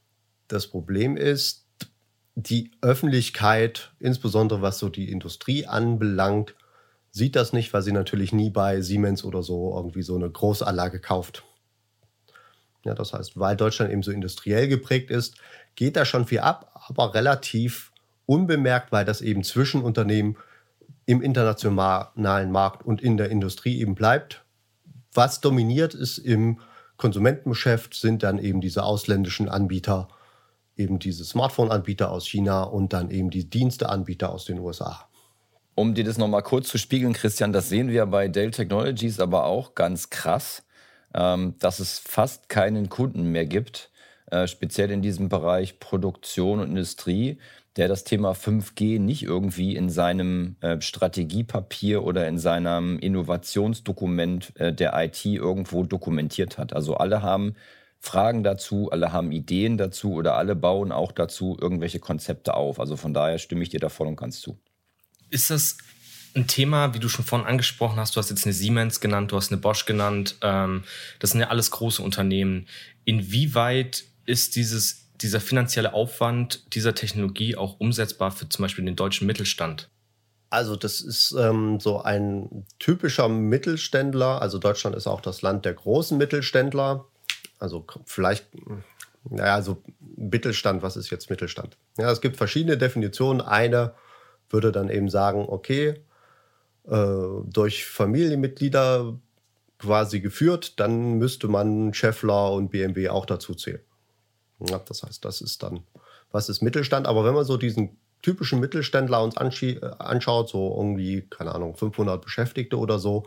Das Problem ist, die Öffentlichkeit, insbesondere was so die Industrie anbelangt, sieht das nicht, weil sie natürlich nie bei Siemens oder so irgendwie so eine Großanlage kauft. Ja, das heißt, weil Deutschland eben so industriell geprägt ist, geht da schon viel ab, aber relativ unbemerkt, weil das eben zwischen Unternehmen im internationalen Markt und in der Industrie eben bleibt. Was dominiert ist im Konsumentengeschäft, sind dann eben diese ausländischen Anbieter, eben diese Smartphone-Anbieter aus China und dann eben die Diensteanbieter aus den USA. Um dir das nochmal kurz zu spiegeln, Christian, das sehen wir bei Dell Technologies aber auch ganz krass, dass es fast keinen Kunden mehr gibt, speziell in diesem Bereich Produktion und Industrie, der das Thema 5G nicht irgendwie in seinem Strategiepapier oder in seinem Innovationsdokument der IT irgendwo dokumentiert hat. Also alle haben Fragen dazu, alle haben Ideen dazu oder alle bauen auch dazu irgendwelche Konzepte auf. Also von daher stimme ich dir da voll und ganz zu. Ist das ein Thema, wie du schon vorhin angesprochen hast, du hast jetzt eine Siemens genannt, du hast eine Bosch genannt, das sind ja alles große Unternehmen. Inwieweit ist dieser finanzielle Aufwand dieser Technologie auch umsetzbar für zum Beispiel den deutschen Mittelstand? Also das ist so ein typischer Mittelständler. Also Deutschland ist auch das Land der großen Mittelständler. Also vielleicht, so Mittelstand, was ist jetzt Mittelstand? Ja, es gibt verschiedene Definitionen. Eine würde dann eben sagen, okay, durch Familienmitglieder quasi geführt, dann müsste man Schaeffler und BMW auch dazu zählen. Ja, das heißt, das ist dann, was ist Mittelstand? Aber wenn man so diesen typischen Mittelständler uns anschaut, so irgendwie, keine Ahnung, 500 Beschäftigte oder so,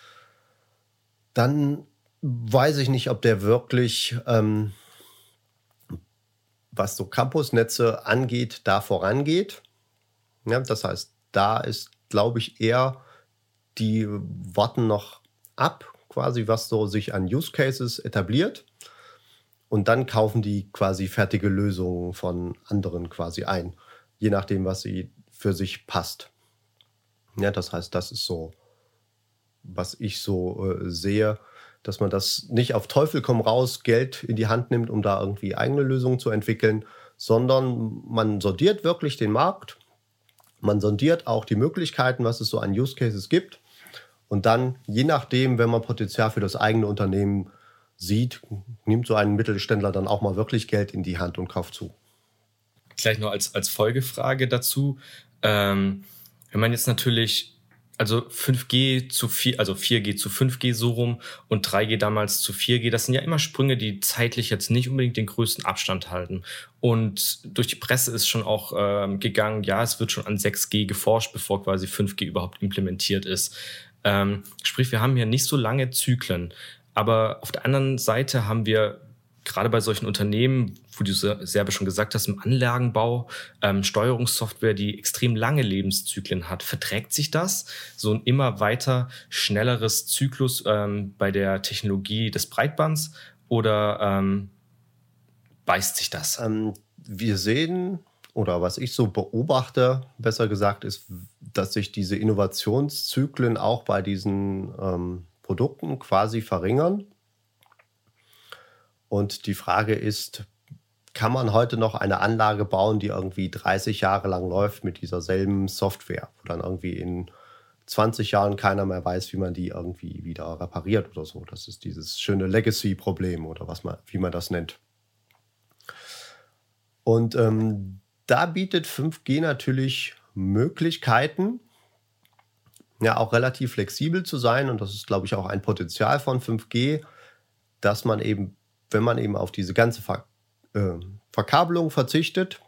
dann weiß ich nicht, ob der wirklich, was so Campusnetze angeht, da vorangeht. Ja, das heißt, da ist, glaube ich, eher, die warten noch ab, quasi, was so sich an Use Cases etabliert. Und dann kaufen die quasi fertige Lösungen von anderen quasi ein, je nachdem, was sie für sich passt. Ja, das heißt, das ist so, was ich so sehe, dass man das nicht auf Teufel komm raus Geld in die Hand nimmt, um da irgendwie eigene Lösungen zu entwickeln, sondern man sondiert wirklich den Markt. Man sondiert auch die Möglichkeiten, was es so an Use Cases gibt. Und dann, je nachdem, wenn man Potenzial für das eigene Unternehmen sieht, nimmt so ein Mittelständler dann auch mal wirklich Geld in die Hand und kauft zu. Gleich noch als Folgefrage dazu. Wenn man jetzt natürlich, also 5G zu 4, also 4G zu 5G so rum und 3G damals zu 4G, das sind ja immer Sprünge, die zeitlich jetzt nicht unbedingt den größten Abstand halten. Und durch die Presse ist schon auch gegangen, ja, es wird schon an 6G geforscht, bevor quasi 5G überhaupt implementiert ist. Sprich, wir haben hier nicht so lange Zyklen. Aber auf der anderen Seite haben wir gerade bei solchen Unternehmen, wo du selber schon gesagt hast, im Anlagenbau, Steuerungssoftware, die extrem lange Lebenszyklen hat. Verträgt sich das? So ein immer weiter schnelleres Zyklus bei der Technologie des Breitbands oder beißt sich das? Wir sehen, oder was ich so beobachte, besser gesagt, ist, dass sich diese Innovationszyklen auch bei diesen Produkten quasi verringern. Und die Frage ist, kann man heute noch eine Anlage bauen, die irgendwie 30 Jahre lang läuft mit dieser selben Software, wo dann irgendwie in 20 Jahren keiner mehr weiß, wie man die irgendwie wieder repariert oder so. Das ist dieses schöne Legacy-Problem oder wie man das nennt. Und da bietet 5G natürlich Möglichkeiten, ja auch relativ flexibel zu sein. Und das ist, glaube ich, auch ein Potenzial von 5G, dass man eben, wenn man eben auf diese ganze Verkabelung verzichtet,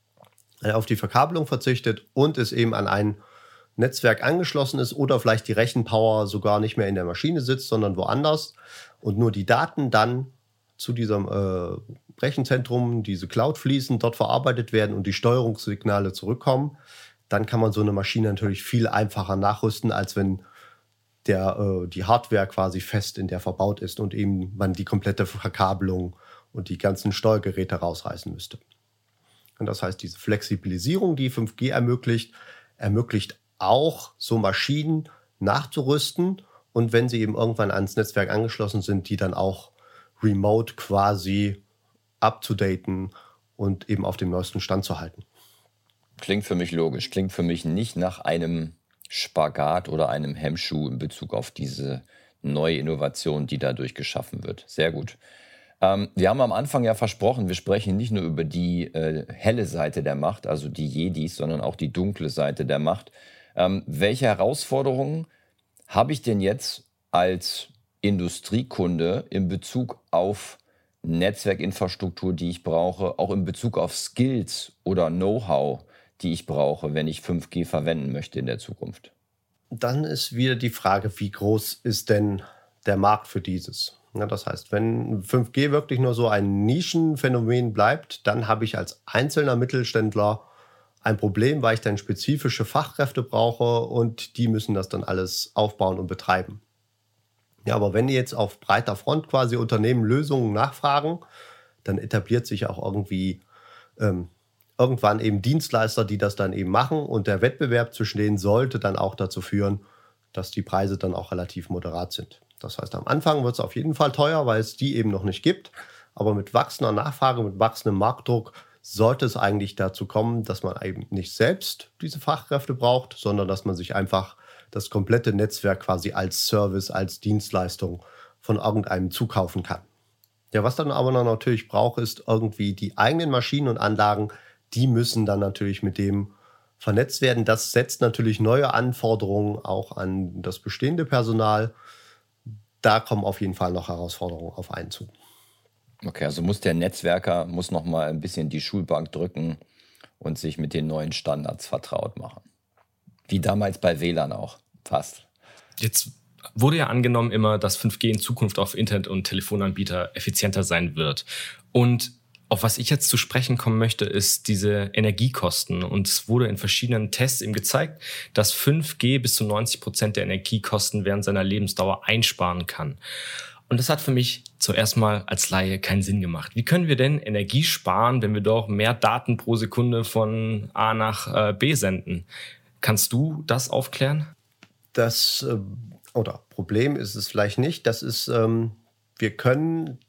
und es eben an ein Netzwerk angeschlossen ist oder vielleicht die Rechenpower sogar nicht mehr in der Maschine sitzt, sondern woanders und nur die Daten dann zu diesem Rechenzentrum, diese Cloud fließen, dort verarbeitet werden und die Steuerungssignale zurückkommen, dann kann man so eine Maschine natürlich viel einfacher nachrüsten, als wenn die Hardware quasi fest in der verbaut ist und eben man die komplette Verkabelung und die ganzen Steuergeräte rausreißen müsste. Und das heißt, diese Flexibilisierung, die 5G ermöglicht auch, so Maschinen nachzurüsten und wenn sie eben irgendwann ans Netzwerk angeschlossen sind, die dann auch remote quasi up-to-daten und eben auf dem neuesten Stand zu halten. Klingt für mich logisch, klingt für mich nicht nach einem Spagat oder einem Hemmschuh in Bezug auf diese neue Innovation, die dadurch geschaffen wird. Sehr gut. Wir haben am Anfang ja versprochen, wir sprechen nicht nur über die helle Seite der Macht, also die Jedis, sondern auch die dunkle Seite der Macht. Welche Herausforderungen habe ich denn jetzt als Industriekunde in Bezug auf Netzwerkinfrastruktur, die ich brauche, auch in Bezug auf Skills oder Know-how, die ich brauche, wenn ich 5G verwenden möchte in der Zukunft? Dann ist wieder die Frage, wie groß ist denn der Markt für dieses? Ja, das heißt, wenn 5G wirklich nur so ein Nischenphänomen bleibt, dann habe ich als einzelner Mittelständler ein Problem, weil ich dann spezifische Fachkräfte brauche und die müssen das dann alles aufbauen und betreiben. Ja, aber wenn jetzt auf breiter Front quasi Unternehmen Lösungen nachfragen, dann etabliert sich auch irgendwie irgendwann eben Dienstleister, die das dann eben machen und der Wettbewerb zwischen denen sollte dann auch dazu führen, dass die Preise dann auch relativ moderat sind. Das heißt, am Anfang wird es auf jeden Fall teuer, weil es die eben noch nicht gibt. Aber mit wachsender Nachfrage, mit wachsendem Marktdruck sollte es eigentlich dazu kommen, dass man eben nicht selbst diese Fachkräfte braucht, sondern dass man sich einfach das komplette Netzwerk quasi als Service, als Dienstleistung von irgendeinem zukaufen kann. Ja, was dann aber noch natürlich braucht, ist irgendwie die eigenen Maschinen und Anlagen, die müssen dann natürlich mit dem vernetzt werden. Das setzt natürlich neue Anforderungen auch an das bestehende Personal. Da kommen auf jeden Fall noch Herausforderungen auf einen zu. Okay, also muss der Netzwerker noch mal ein bisschen die Schulbank drücken und sich mit den neuen Standards vertraut machen. Wie damals bei WLAN auch, fast. Jetzt wurde ja angenommen immer, dass 5G in Zukunft auf Internet- und Telefonanbieter effizienter sein wird. Und auf was ich jetzt zu sprechen kommen möchte, ist diese Energiekosten. Und es wurde in verschiedenen Tests eben gezeigt, dass 5G bis zu 90% der Energiekosten während seiner Lebensdauer einsparen kann. Und das hat für mich zuerst mal als Laie keinen Sinn gemacht. Wie können wir denn Energie sparen, wenn wir doch mehr Daten pro Sekunde von A nach B senden? Kannst du das aufklären? Das Problem ist es vielleicht nicht. Das ist, wir können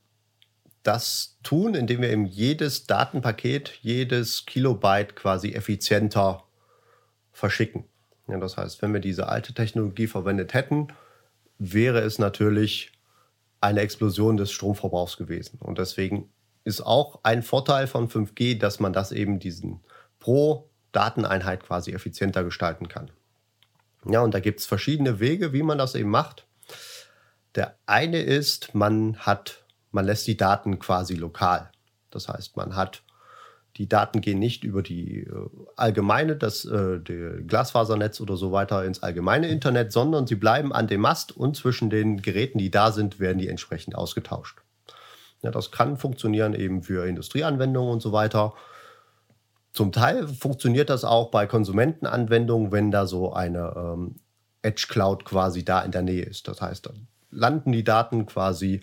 das tun, indem wir eben jedes Datenpaket, jedes Kilobyte quasi effizienter verschicken. Ja, das heißt, wenn wir diese alte Technologie verwendet hätten, wäre es natürlich eine Explosion des Stromverbrauchs gewesen. Und deswegen ist auch ein Vorteil von 5G, dass man das eben diesen pro Dateneinheit quasi effizienter gestalten kann. Ja, und da gibt es verschiedene Wege, wie man das eben macht. Der eine ist, man lässt die Daten quasi lokal. Das heißt, die Daten gehen nicht über die allgemeine, die Glasfasernetz oder so weiter ins allgemeine Internet, sondern sie bleiben an dem Mast und zwischen den Geräten, die da sind, werden die entsprechend ausgetauscht. Ja, das kann funktionieren eben für Industrieanwendungen und so weiter. Zum Teil funktioniert das auch bei Konsumentenanwendungen, wenn da so eine Edge Cloud quasi da in der Nähe ist. Das heißt, dann landen die Daten quasi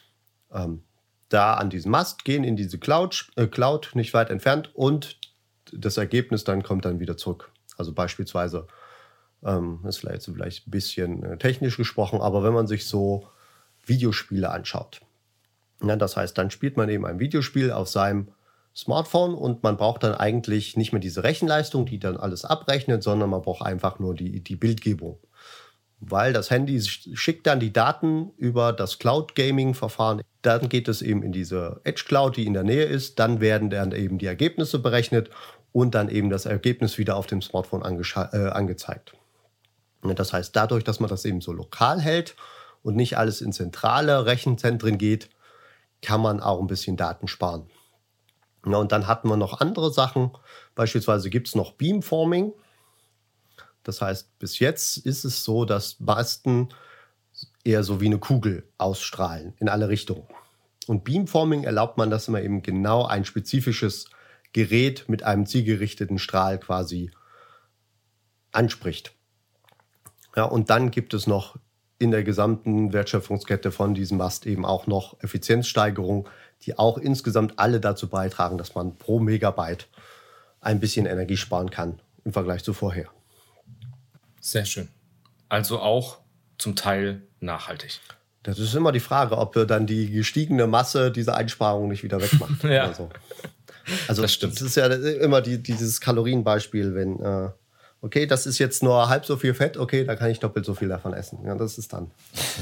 da an diesem Mast, gehen in diese Cloud nicht weit entfernt und das Ergebnis dann kommt dann wieder zurück. Also beispielsweise, ist vielleicht ein bisschen technisch gesprochen, aber wenn man sich so Videospiele anschaut, ja, das heißt, dann spielt man eben ein Videospiel auf seinem Smartphone und man braucht dann eigentlich nicht mehr diese Rechenleistung, die dann alles abrechnet, sondern man braucht einfach nur die Bildgebung. Weil das Handy schickt dann die Daten über das Cloud-Gaming-Verfahren. Dann geht es eben in diese Edge-Cloud, die in der Nähe ist. Dann werden dann eben die Ergebnisse berechnet und dann eben das Ergebnis wieder auf dem Smartphone angezeigt. Das heißt, dadurch, dass man das eben so lokal hält und nicht alles in zentrale Rechenzentren geht, kann man auch ein bisschen Daten sparen. Ja, und dann hatten wir noch andere Sachen. Beispielsweise gibt es noch Beamforming. Das heißt, bis jetzt ist es so, dass Masten eher so wie eine Kugel ausstrahlen in alle Richtungen. Und Beamforming erlaubt man, dass man eben genau ein spezifisches Gerät mit einem zielgerichteten Strahl quasi anspricht. Ja, und dann gibt es noch in der gesamten Wertschöpfungskette von diesem Mast eben auch noch Effizienzsteigerung, die auch insgesamt alle dazu beitragen, dass man pro Megabyte ein bisschen Energie sparen kann im Vergleich zu vorher. Sehr schön. Also auch zum Teil nachhaltig. Das ist immer die Frage, ob dann die gestiegene Masse diese Einsparung nicht wieder wegmacht. Ja. Also. Also das stimmt. Das ist ja immer dieses Kalorienbeispiel, wenn, okay, das ist jetzt nur halb so viel Fett, okay, da kann ich doppelt so viel davon essen. Ja, das ist dann.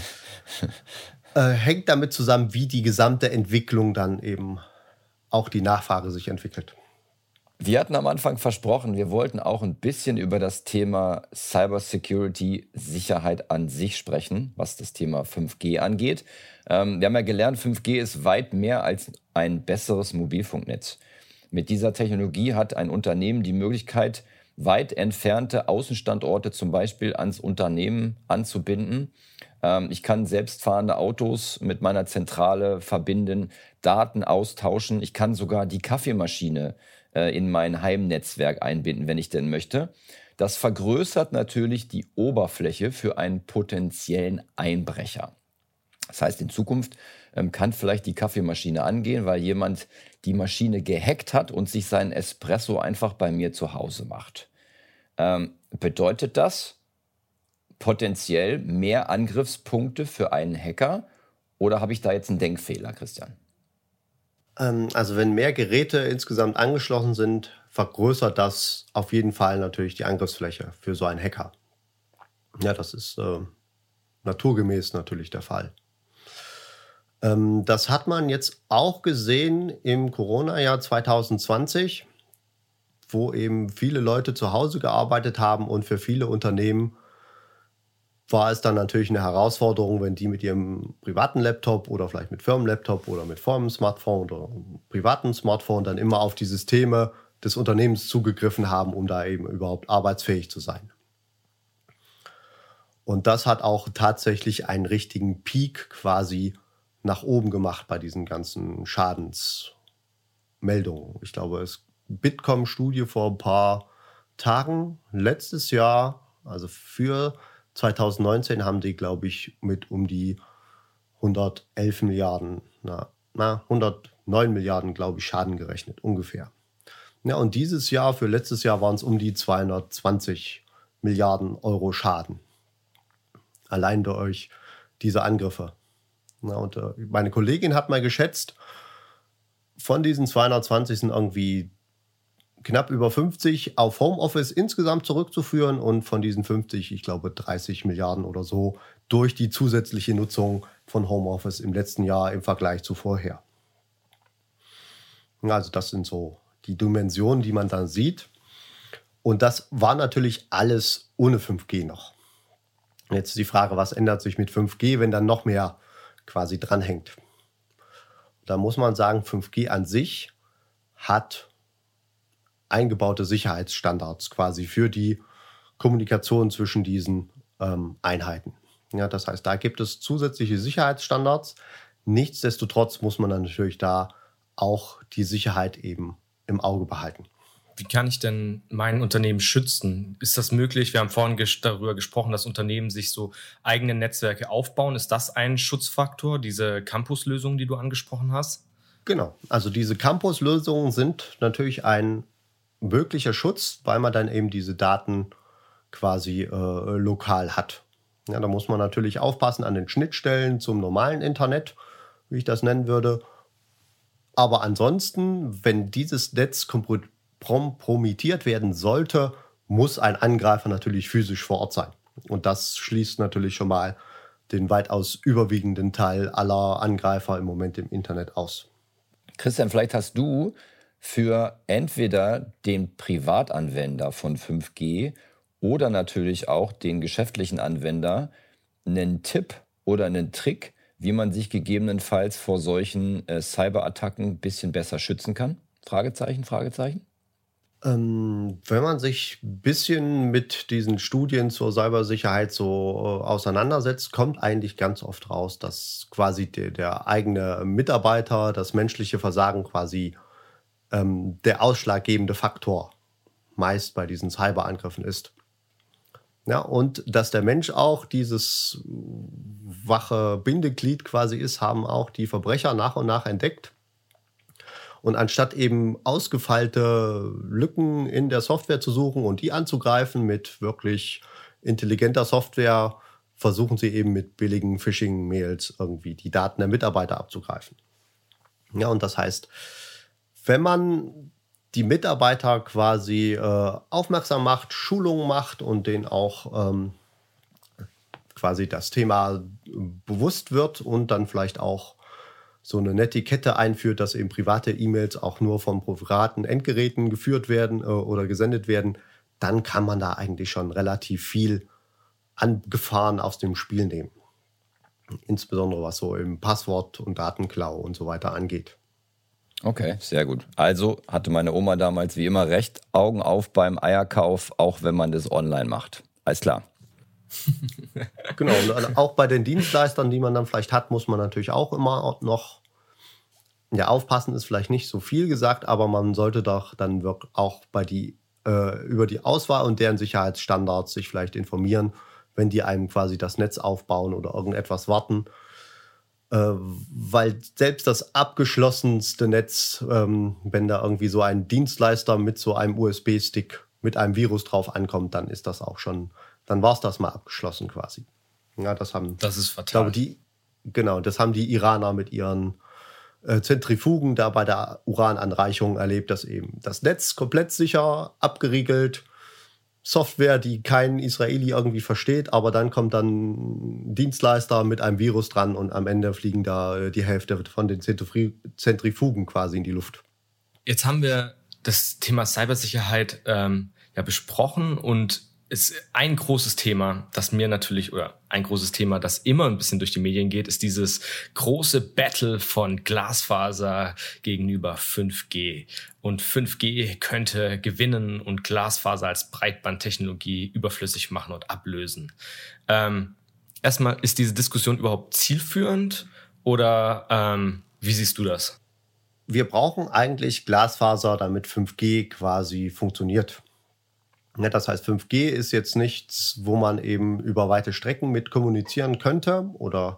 Hängt damit zusammen, wie die gesamte Entwicklung dann eben auch die Nachfrage sich entwickelt. Wir hatten am Anfang versprochen, wir wollten auch ein bisschen über das Thema Cybersecurity, Sicherheit an sich sprechen, was das Thema 5G angeht. Wir haben ja gelernt, 5G ist weit mehr als ein besseres Mobilfunknetz. Mit dieser Technologie hat ein Unternehmen die Möglichkeit, weit entfernte Außenstandorte zum Beispiel ans Unternehmen anzubinden. Ich kann selbstfahrende Autos mit meiner Zentrale verbinden, Daten austauschen. Ich kann sogar die Kaffeemaschine in mein Heimnetzwerk einbinden, wenn ich denn möchte. Das vergrößert natürlich die Oberfläche für einen potenziellen Einbrecher. Das heißt, in Zukunft kann vielleicht die Kaffeemaschine angehen, weil jemand die Maschine gehackt hat und sich seinen Espresso einfach bei mir zu Hause macht. Bedeutet das potenziell mehr Angriffspunkte für einen Hacker? Oder habe ich da jetzt einen Denkfehler, Christian? Also wenn mehr Geräte insgesamt angeschlossen sind, vergrößert das auf jeden Fall natürlich die Angriffsfläche für so einen Hacker. Ja, das ist naturgemäß natürlich der Fall. Das hat man jetzt auch gesehen im Corona-Jahr 2020, wo eben viele Leute zu Hause gearbeitet haben und für viele Unternehmen war es dann natürlich eine Herausforderung, wenn die mit ihrem privaten Laptop oder vielleicht mit Firmenlaptop oder mit Firmen-Smartphone oder privaten Smartphone dann immer auf die Systeme des Unternehmens zugegriffen haben, um da eben überhaupt arbeitsfähig zu sein. Und das hat auch tatsächlich einen richtigen Peak quasi nach oben gemacht bei diesen ganzen Schadensmeldungen. Ich glaube, es Bitkom-Studie vor ein paar Tagen, letztes Jahr, also für 2019 haben die, glaube ich, mit um die 111 Milliarden, 109 Milliarden, glaube ich, Schaden gerechnet, ungefähr. Ja, und dieses Jahr, für letztes Jahr waren es um die 220 Milliarden Euro Schaden. Allein durch diese Angriffe. Ja, und meine Kollegin hat mal geschätzt, von diesen 220 sind irgendwie knapp über 50 auf Homeoffice insgesamt zurückzuführen und von diesen 50, ich glaube 30 Milliarden oder so, durch die zusätzliche Nutzung von Homeoffice im letzten Jahr im Vergleich zu vorher. Also das sind so die Dimensionen, die man dann sieht. Und das war natürlich alles ohne 5G noch. Jetzt die Frage, was ändert sich mit 5G, wenn dann noch mehr quasi dranhängt? Da muss man sagen, 5G an sich hat eingebaute Sicherheitsstandards quasi für die Kommunikation zwischen diesen Einheiten. Ja, das heißt, da gibt es zusätzliche Sicherheitsstandards. Nichtsdestotrotz muss man dann natürlich da auch die Sicherheit eben im Auge behalten. Wie kann ich denn mein Unternehmen schützen? Ist das möglich? Wir haben vorhin darüber gesprochen, dass Unternehmen sich so eigene Netzwerke aufbauen. Ist das ein Schutzfaktor, diese Campus-Lösungen, die du angesprochen hast? Genau, also diese Campus-Lösungen sind natürlich ein möglicher Schutz, weil man dann eben diese Daten quasi lokal hat. Ja, da muss man natürlich aufpassen an den Schnittstellen zum normalen Internet, wie ich das nennen würde. Aber ansonsten, wenn dieses Netz kompromittiert werden sollte, muss ein Angreifer natürlich physisch vor Ort sein. Und das schließt natürlich schon mal den weitaus überwiegenden Teil aller Angreifer im Moment im Internet aus. Christian, vielleicht hast du für entweder den Privatanwender von 5G oder natürlich auch den geschäftlichen Anwender einen Tipp oder einen Trick, wie man sich gegebenenfalls vor solchen Cyberattacken ein bisschen besser schützen kann? Fragezeichen, Fragezeichen. Wenn man sich ein bisschen mit diesen Studien zur Cybersicherheit so auseinandersetzt, kommt eigentlich ganz oft raus, dass quasi der eigene Mitarbeiter, das menschliche Versagen quasi der ausschlaggebende Faktor meist bei diesen Cyberangriffen ist. Ja, und dass der Mensch auch dieses wache Bindeglied quasi ist, haben auch die Verbrecher nach und nach entdeckt. Und anstatt eben ausgefeilte Lücken in der Software zu suchen und die anzugreifen mit wirklich intelligenter Software, versuchen sie eben mit billigen Phishing-Mails irgendwie die Daten der Mitarbeiter abzugreifen. Ja, und das heißt, wenn man die Mitarbeiter quasi aufmerksam macht, Schulungen macht und denen auch quasi das Thema bewusst wird und dann vielleicht auch so eine Netiquette einführt, dass eben private E-Mails auch nur von privaten Endgeräten geführt werden oder gesendet werden, dann kann man da eigentlich schon relativ viel an Gefahren aus dem Spiel nehmen. Insbesondere was so im Passwort- und Datenklau und so weiter angeht. Okay, sehr gut. Also hatte meine Oma damals wie immer recht, Augen auf beim Eierkauf, auch wenn man das online macht. Alles klar. Genau, und auch bei den Dienstleistern, die man dann vielleicht hat, muss man natürlich auch immer noch aufpassen, ist vielleicht nicht so viel gesagt, aber man sollte doch dann wirklich auch über die Auswahl und deren Sicherheitsstandards sich vielleicht informieren, wenn die einem quasi das Netz aufbauen oder irgendetwas warten. Weil selbst das abgeschlossenste Netz, wenn da irgendwie so ein Dienstleister mit so einem USB-Stick mit einem Virus drauf ankommt, dann ist das auch schon, dann war es das mal abgeschlossen quasi. Ja, das ist fatal. Das haben die Iraner mit ihren Zentrifugen da bei der Urananreichung erlebt, dass eben das Netz komplett sicher abgeriegelt, Software, die kein Israeli irgendwie versteht, aber dann kommt dann ein Dienstleister mit einem Virus dran und am Ende fliegen da die Hälfte von den Zentrifugen quasi in die Luft. Jetzt haben wir das Thema Cybersicherheit besprochen und ist ein großes Thema, das immer ein bisschen durch die Medien geht, ist dieses große Battle von Glasfaser gegenüber 5G. Und 5G könnte gewinnen und Glasfaser als Breitbandtechnologie überflüssig machen und ablösen. Erstmal, ist diese Diskussion überhaupt zielführend oder wie siehst du das? Wir brauchen eigentlich Glasfaser, damit 5G quasi funktioniert. Ja, das heißt, 5G ist jetzt nichts, wo man eben über weite Strecken mit kommunizieren könnte oder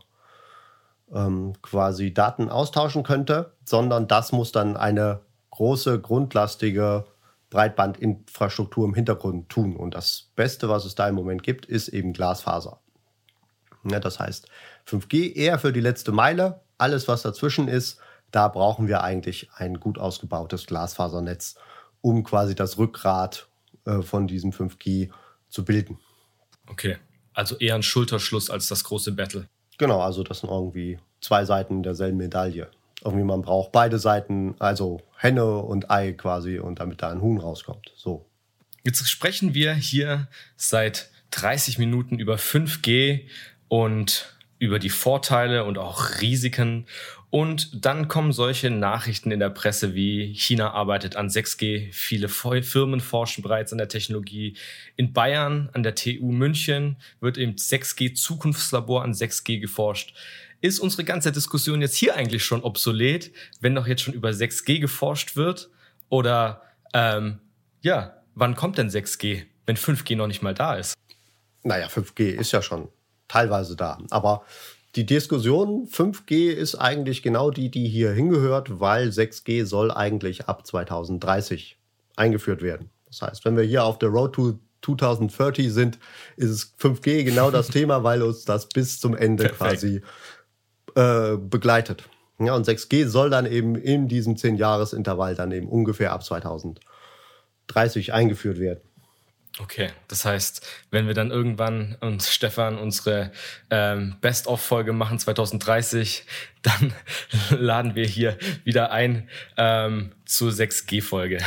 quasi Daten austauschen könnte, sondern das muss dann eine große, grundlastige Breitbandinfrastruktur im Hintergrund tun. Und das Beste, was es da im Moment gibt, ist eben Glasfaser. Ja, das heißt, 5G eher für die letzte Meile. Alles, was dazwischen ist, da brauchen wir eigentlich ein gut ausgebautes Glasfasernetz, um quasi das Rückgrat von diesem 5G zu bilden. Okay, also eher ein Schulterschluss als das große Battle. Genau, also das sind irgendwie zwei Seiten derselben Medaille. Irgendwie man braucht beide Seiten, also Henne und Ei quasi, und damit da ein Huhn rauskommt. So. Jetzt sprechen wir hier seit 30 Minuten über 5G und über die Vorteile und auch Risiken. Und dann kommen solche Nachrichten in der Presse wie China arbeitet an 6G, viele Firmen forschen bereits an der Technologie. In Bayern an der TU München wird im 6G-Zukunftslabor an 6G geforscht. Ist unsere ganze Diskussion jetzt hier eigentlich schon obsolet, wenn doch jetzt schon über 6G geforscht wird? Oder wann kommt denn 6G, wenn 5G noch nicht mal da ist? Naja, 5G ist ja schon teilweise da, aber die Diskussion 5G ist eigentlich genau die hier hingehört, weil 6G soll eigentlich ab 2030 eingeführt werden. Das heißt, wenn wir hier auf der Road to 2030 sind, ist 5G genau das Thema, weil uns das bis zum Ende quasi begleitet. Ja, und 6G soll dann eben in diesem 10-Jahres-Intervall dann eben ungefähr ab 2030 eingeführt werden. Okay, das heißt, wenn wir dann irgendwann uns, Stefan, unsere Best-of-Folge machen 2030, dann laden wir hier wieder ein zur 6G-Folge.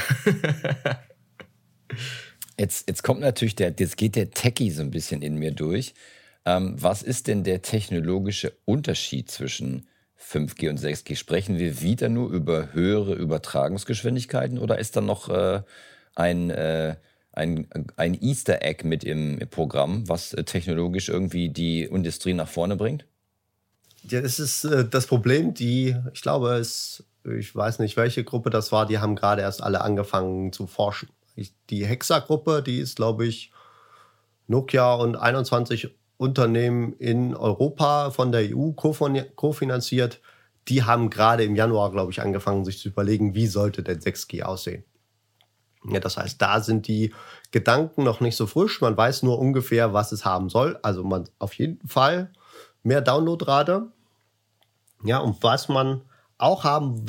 Jetzt kommt natürlich jetzt geht der Techie so ein bisschen in mir durch. Was ist denn der technologische Unterschied zwischen 5G und 6G? Sprechen wir wieder nur über höhere Übertragungsgeschwindigkeiten oder ist da noch ein Easter Egg mit im Programm, was technologisch irgendwie die Industrie nach vorne bringt? Ja, das ist das Problem, ich weiß nicht, welche Gruppe das war, die haben gerade erst alle angefangen zu forschen. Die Hexa-Gruppe, die ist, glaube ich, Nokia und 21 Unternehmen in Europa von der EU kofinanziert. Die haben gerade im Januar, glaube ich, angefangen, sich zu überlegen, wie sollte denn 6G aussehen. Ja, das heißt, da sind die Gedanken noch nicht so frisch. Man weiß nur ungefähr, was es haben soll. Also man auf jeden Fall mehr Downloadrate. Ja, und was man auch haben will,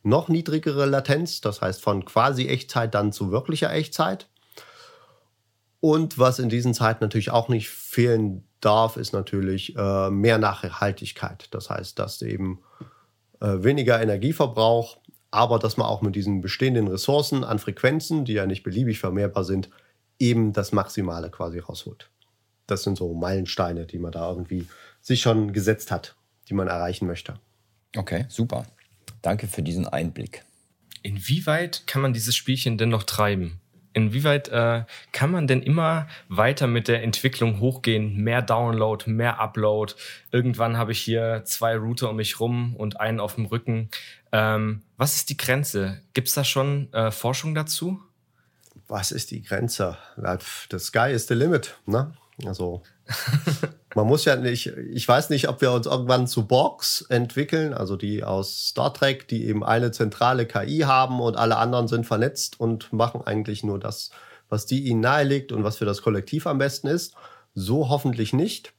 noch niedrigere Latenz, das heißt von quasi Echtzeit dann zu wirklicher Echtzeit. Und was in diesen Zeiten natürlich auch nicht fehlen darf, ist natürlich mehr Nachhaltigkeit. Das heißt, dass eben weniger Energieverbrauch, aber dass man auch mit diesen bestehenden Ressourcen an Frequenzen, die ja nicht beliebig vermehrbar sind, eben das Maximale quasi rausholt. Das sind so Meilensteine, die man da irgendwie sich schon gesetzt hat, die man erreichen möchte. Okay, super. Danke für diesen Einblick. Inwieweit kann man dieses Spielchen denn noch treiben? Inwieweit kann man denn immer weiter mit der Entwicklung hochgehen? Mehr Download, mehr Upload. Irgendwann habe ich hier 2 Router um mich rum und einen auf dem Rücken. Was ist die Grenze? Gibt es da schon Forschung dazu? Was ist die Grenze? The sky is the limit, ne? Also man muss ja nicht, ich weiß nicht, ob wir uns irgendwann zu Borgs entwickeln, also die aus Star Trek, die eben eine zentrale KI haben und alle anderen sind vernetzt und machen eigentlich nur das, was die ihnen nahelegt und was für das Kollektiv am besten ist. So hoffentlich nicht.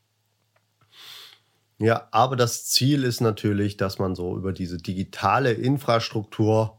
Ja, aber das Ziel ist natürlich, dass man so über diese digitale Infrastruktur,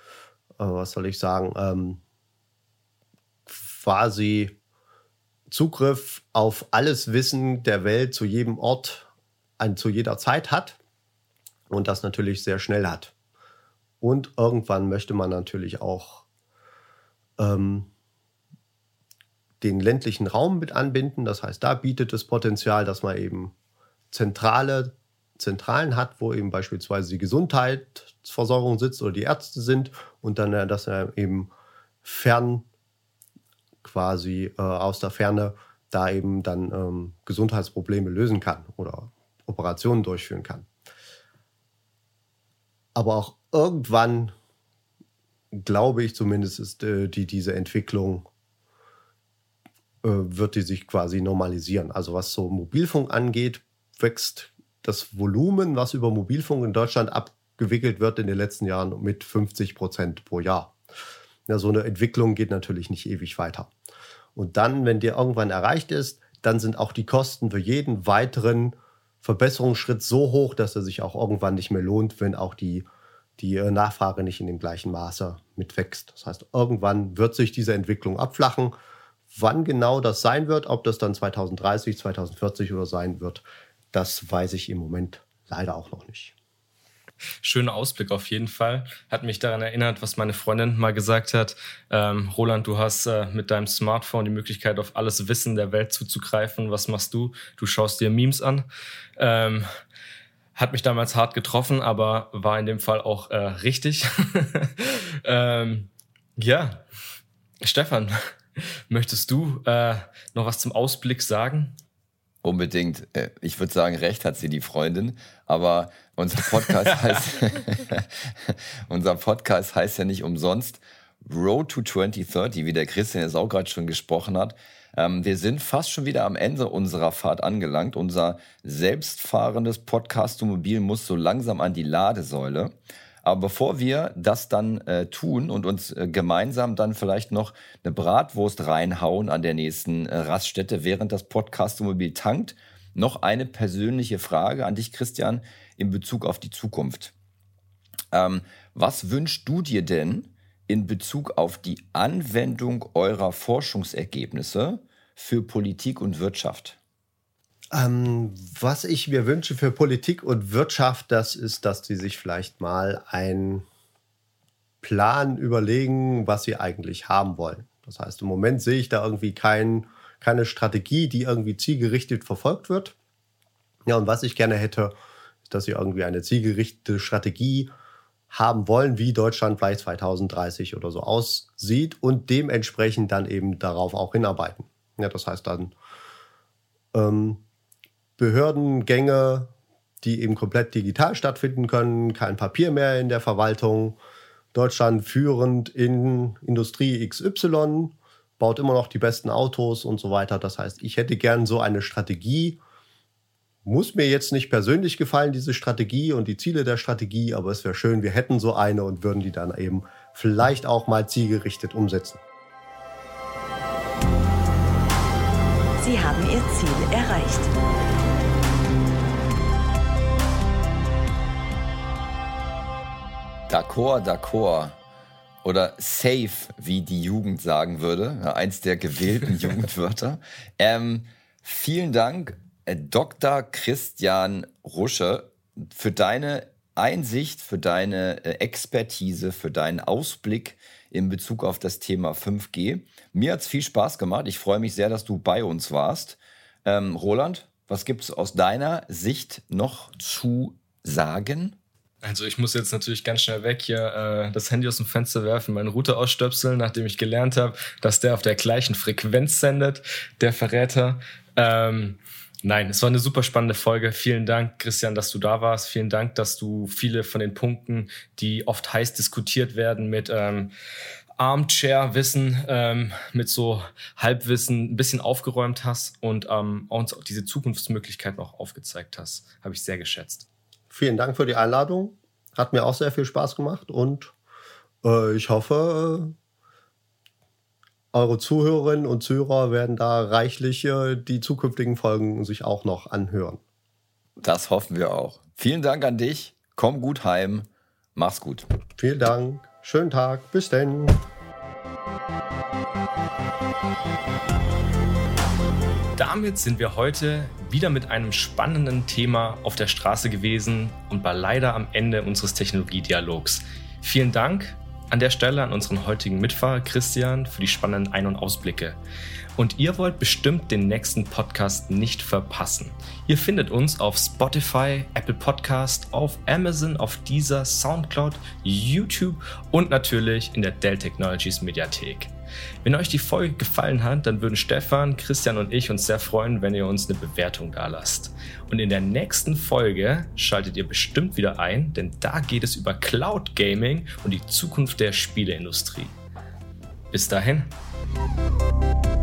quasi Zugriff auf alles Wissen der Welt zu jedem Ort, zu jeder Zeit hat und das natürlich sehr schnell hat. Und irgendwann möchte man natürlich auch den ländlichen Raum mit anbinden. Das heißt, da bietet es Potenzial, dass man eben Zentralen hat, wo eben beispielsweise die Gesundheitsversorgung sitzt oder die Ärzte sind und dann, dass er eben aus der Ferne da eben dann Gesundheitsprobleme lösen kann oder Operationen durchführen kann. Aber auch irgendwann, glaube ich zumindest, ist diese Entwicklung, wird die sich quasi normalisieren. Also was so Mobilfunk angeht, wächst das Volumen, was über Mobilfunk in Deutschland abgewickelt wird, in den letzten Jahren mit 50% pro Jahr. Ja, so eine Entwicklung geht natürlich nicht ewig weiter. Und dann, wenn die irgendwann erreicht ist, dann sind auch die Kosten für jeden weiteren Verbesserungsschritt so hoch, dass er sich auch irgendwann nicht mehr lohnt, wenn auch die Nachfrage nicht in dem gleichen Maße mitwächst. Das heißt, irgendwann wird sich diese Entwicklung abflachen. Wann genau das sein wird, ob das dann 2030, 2040 oder sein wird, das weiß ich im Moment leider auch noch nicht. Schöner Ausblick auf jeden Fall. Hat mich daran erinnert, was meine Freundin mal gesagt hat. Roland, du hast mit deinem Smartphone die Möglichkeit, auf alles Wissen der Welt zuzugreifen. Was machst du? Du schaust dir Memes an. Hat mich damals hart getroffen, aber war in dem Fall auch richtig. Ja, Stefan, möchtest du noch was zum Ausblick sagen? Unbedingt. Ich würde sagen, recht hat sie, die Freundin. Aber unser Podcast heißt ja nicht umsonst Road to 2030, wie der Christian jetzt auch gerade schon gesprochen hat. Wir sind fast schon wieder am Ende unserer Fahrt angelangt. Unser selbstfahrendes Podcast-Mobil muss so langsam an die Ladesäule. Aber bevor wir das dann tun und uns gemeinsam dann vielleicht noch eine Bratwurst reinhauen an der nächsten Raststätte, während das Podcast-Mobil tankt, noch eine persönliche Frage an dich, Christian, in Bezug auf die Zukunft. Was wünschst du dir denn in Bezug auf die Anwendung eurer Forschungsergebnisse für Politik und Wirtschaft? Was ich mir wünsche für Politik und Wirtschaft, das ist, dass die sich vielleicht mal einen Plan überlegen, was sie eigentlich haben wollen. Das heißt, im Moment sehe ich da irgendwie keine Strategie, die irgendwie zielgerichtet verfolgt wird. Ja, und was ich gerne hätte, ist, dass sie irgendwie eine zielgerichtete Strategie haben wollen, wie Deutschland vielleicht 2030 oder so aussieht und dementsprechend dann eben darauf auch hinarbeiten. Ja, das heißt dann Behördengänge, die eben komplett digital stattfinden können, kein Papier mehr in der Verwaltung. Deutschland führend in Industrie XY, baut immer noch die besten Autos und so weiter. Das heißt, ich hätte gern so eine Strategie. Muss mir jetzt nicht persönlich gefallen, diese Strategie und die Ziele der Strategie, aber es wäre schön, wir hätten so eine und würden die dann eben vielleicht auch mal zielgerichtet umsetzen. Sie haben Ihr Ziel erreicht. D'accord. Oder safe, wie die Jugend sagen würde. Ja, eins der gewählten Jugendwörter. Vielen Dank, Dr. Christian Rusche, für deine Einsicht, für deine Expertise, für deinen Ausblick in Bezug auf das Thema 5G. Mir hat es viel Spaß gemacht. Ich freue mich sehr, dass du bei uns warst. Roland, was gibt es aus deiner Sicht noch zu sagen? Also ich muss jetzt natürlich ganz schnell weg hier das Handy aus dem Fenster werfen, meinen Router ausstöpseln, nachdem ich gelernt habe, dass der auf der gleichen Frequenz sendet, der Verräter. Nein, es war eine super spannende Folge. Vielen Dank, Christian, dass du da warst. Vielen Dank, dass du viele von den Punkten, die oft heiß diskutiert werden mit Armchair-Wissen, mit so Halbwissen ein bisschen aufgeräumt hast und uns auch diese Zukunftsmöglichkeiten auch aufgezeigt hast. Habe ich sehr geschätzt. Vielen Dank für die Einladung. Hat mir auch sehr viel Spaß gemacht und ich hoffe, eure Zuhörerinnen und Zuhörer werden da reichlich die zukünftigen Folgen sich auch noch anhören. Das hoffen wir auch. Vielen Dank an dich. Komm gut heim. Mach's gut. Vielen Dank. Schönen Tag. Bis denn. Damit sind wir heute wieder mit einem spannenden Thema auf der Straße gewesen und war leider am Ende unseres Technologiedialogs. Vielen Dank an der Stelle an unseren heutigen Mitfahrer Christian für die spannenden Ein- und Ausblicke. Und ihr wollt bestimmt den nächsten Podcast nicht verpassen. Ihr findet uns auf Spotify, Apple Podcast, auf Amazon, auf Deezer, Soundcloud, YouTube und natürlich in der Dell Technologies Mediathek. Wenn euch die Folge gefallen hat, dann würden Stefan, Christian und ich uns sehr freuen, wenn ihr uns eine Bewertung dalasst. Und in der nächsten Folge schaltet ihr bestimmt wieder ein, denn da geht es über Cloud Gaming und die Zukunft der Spieleindustrie. Bis dahin.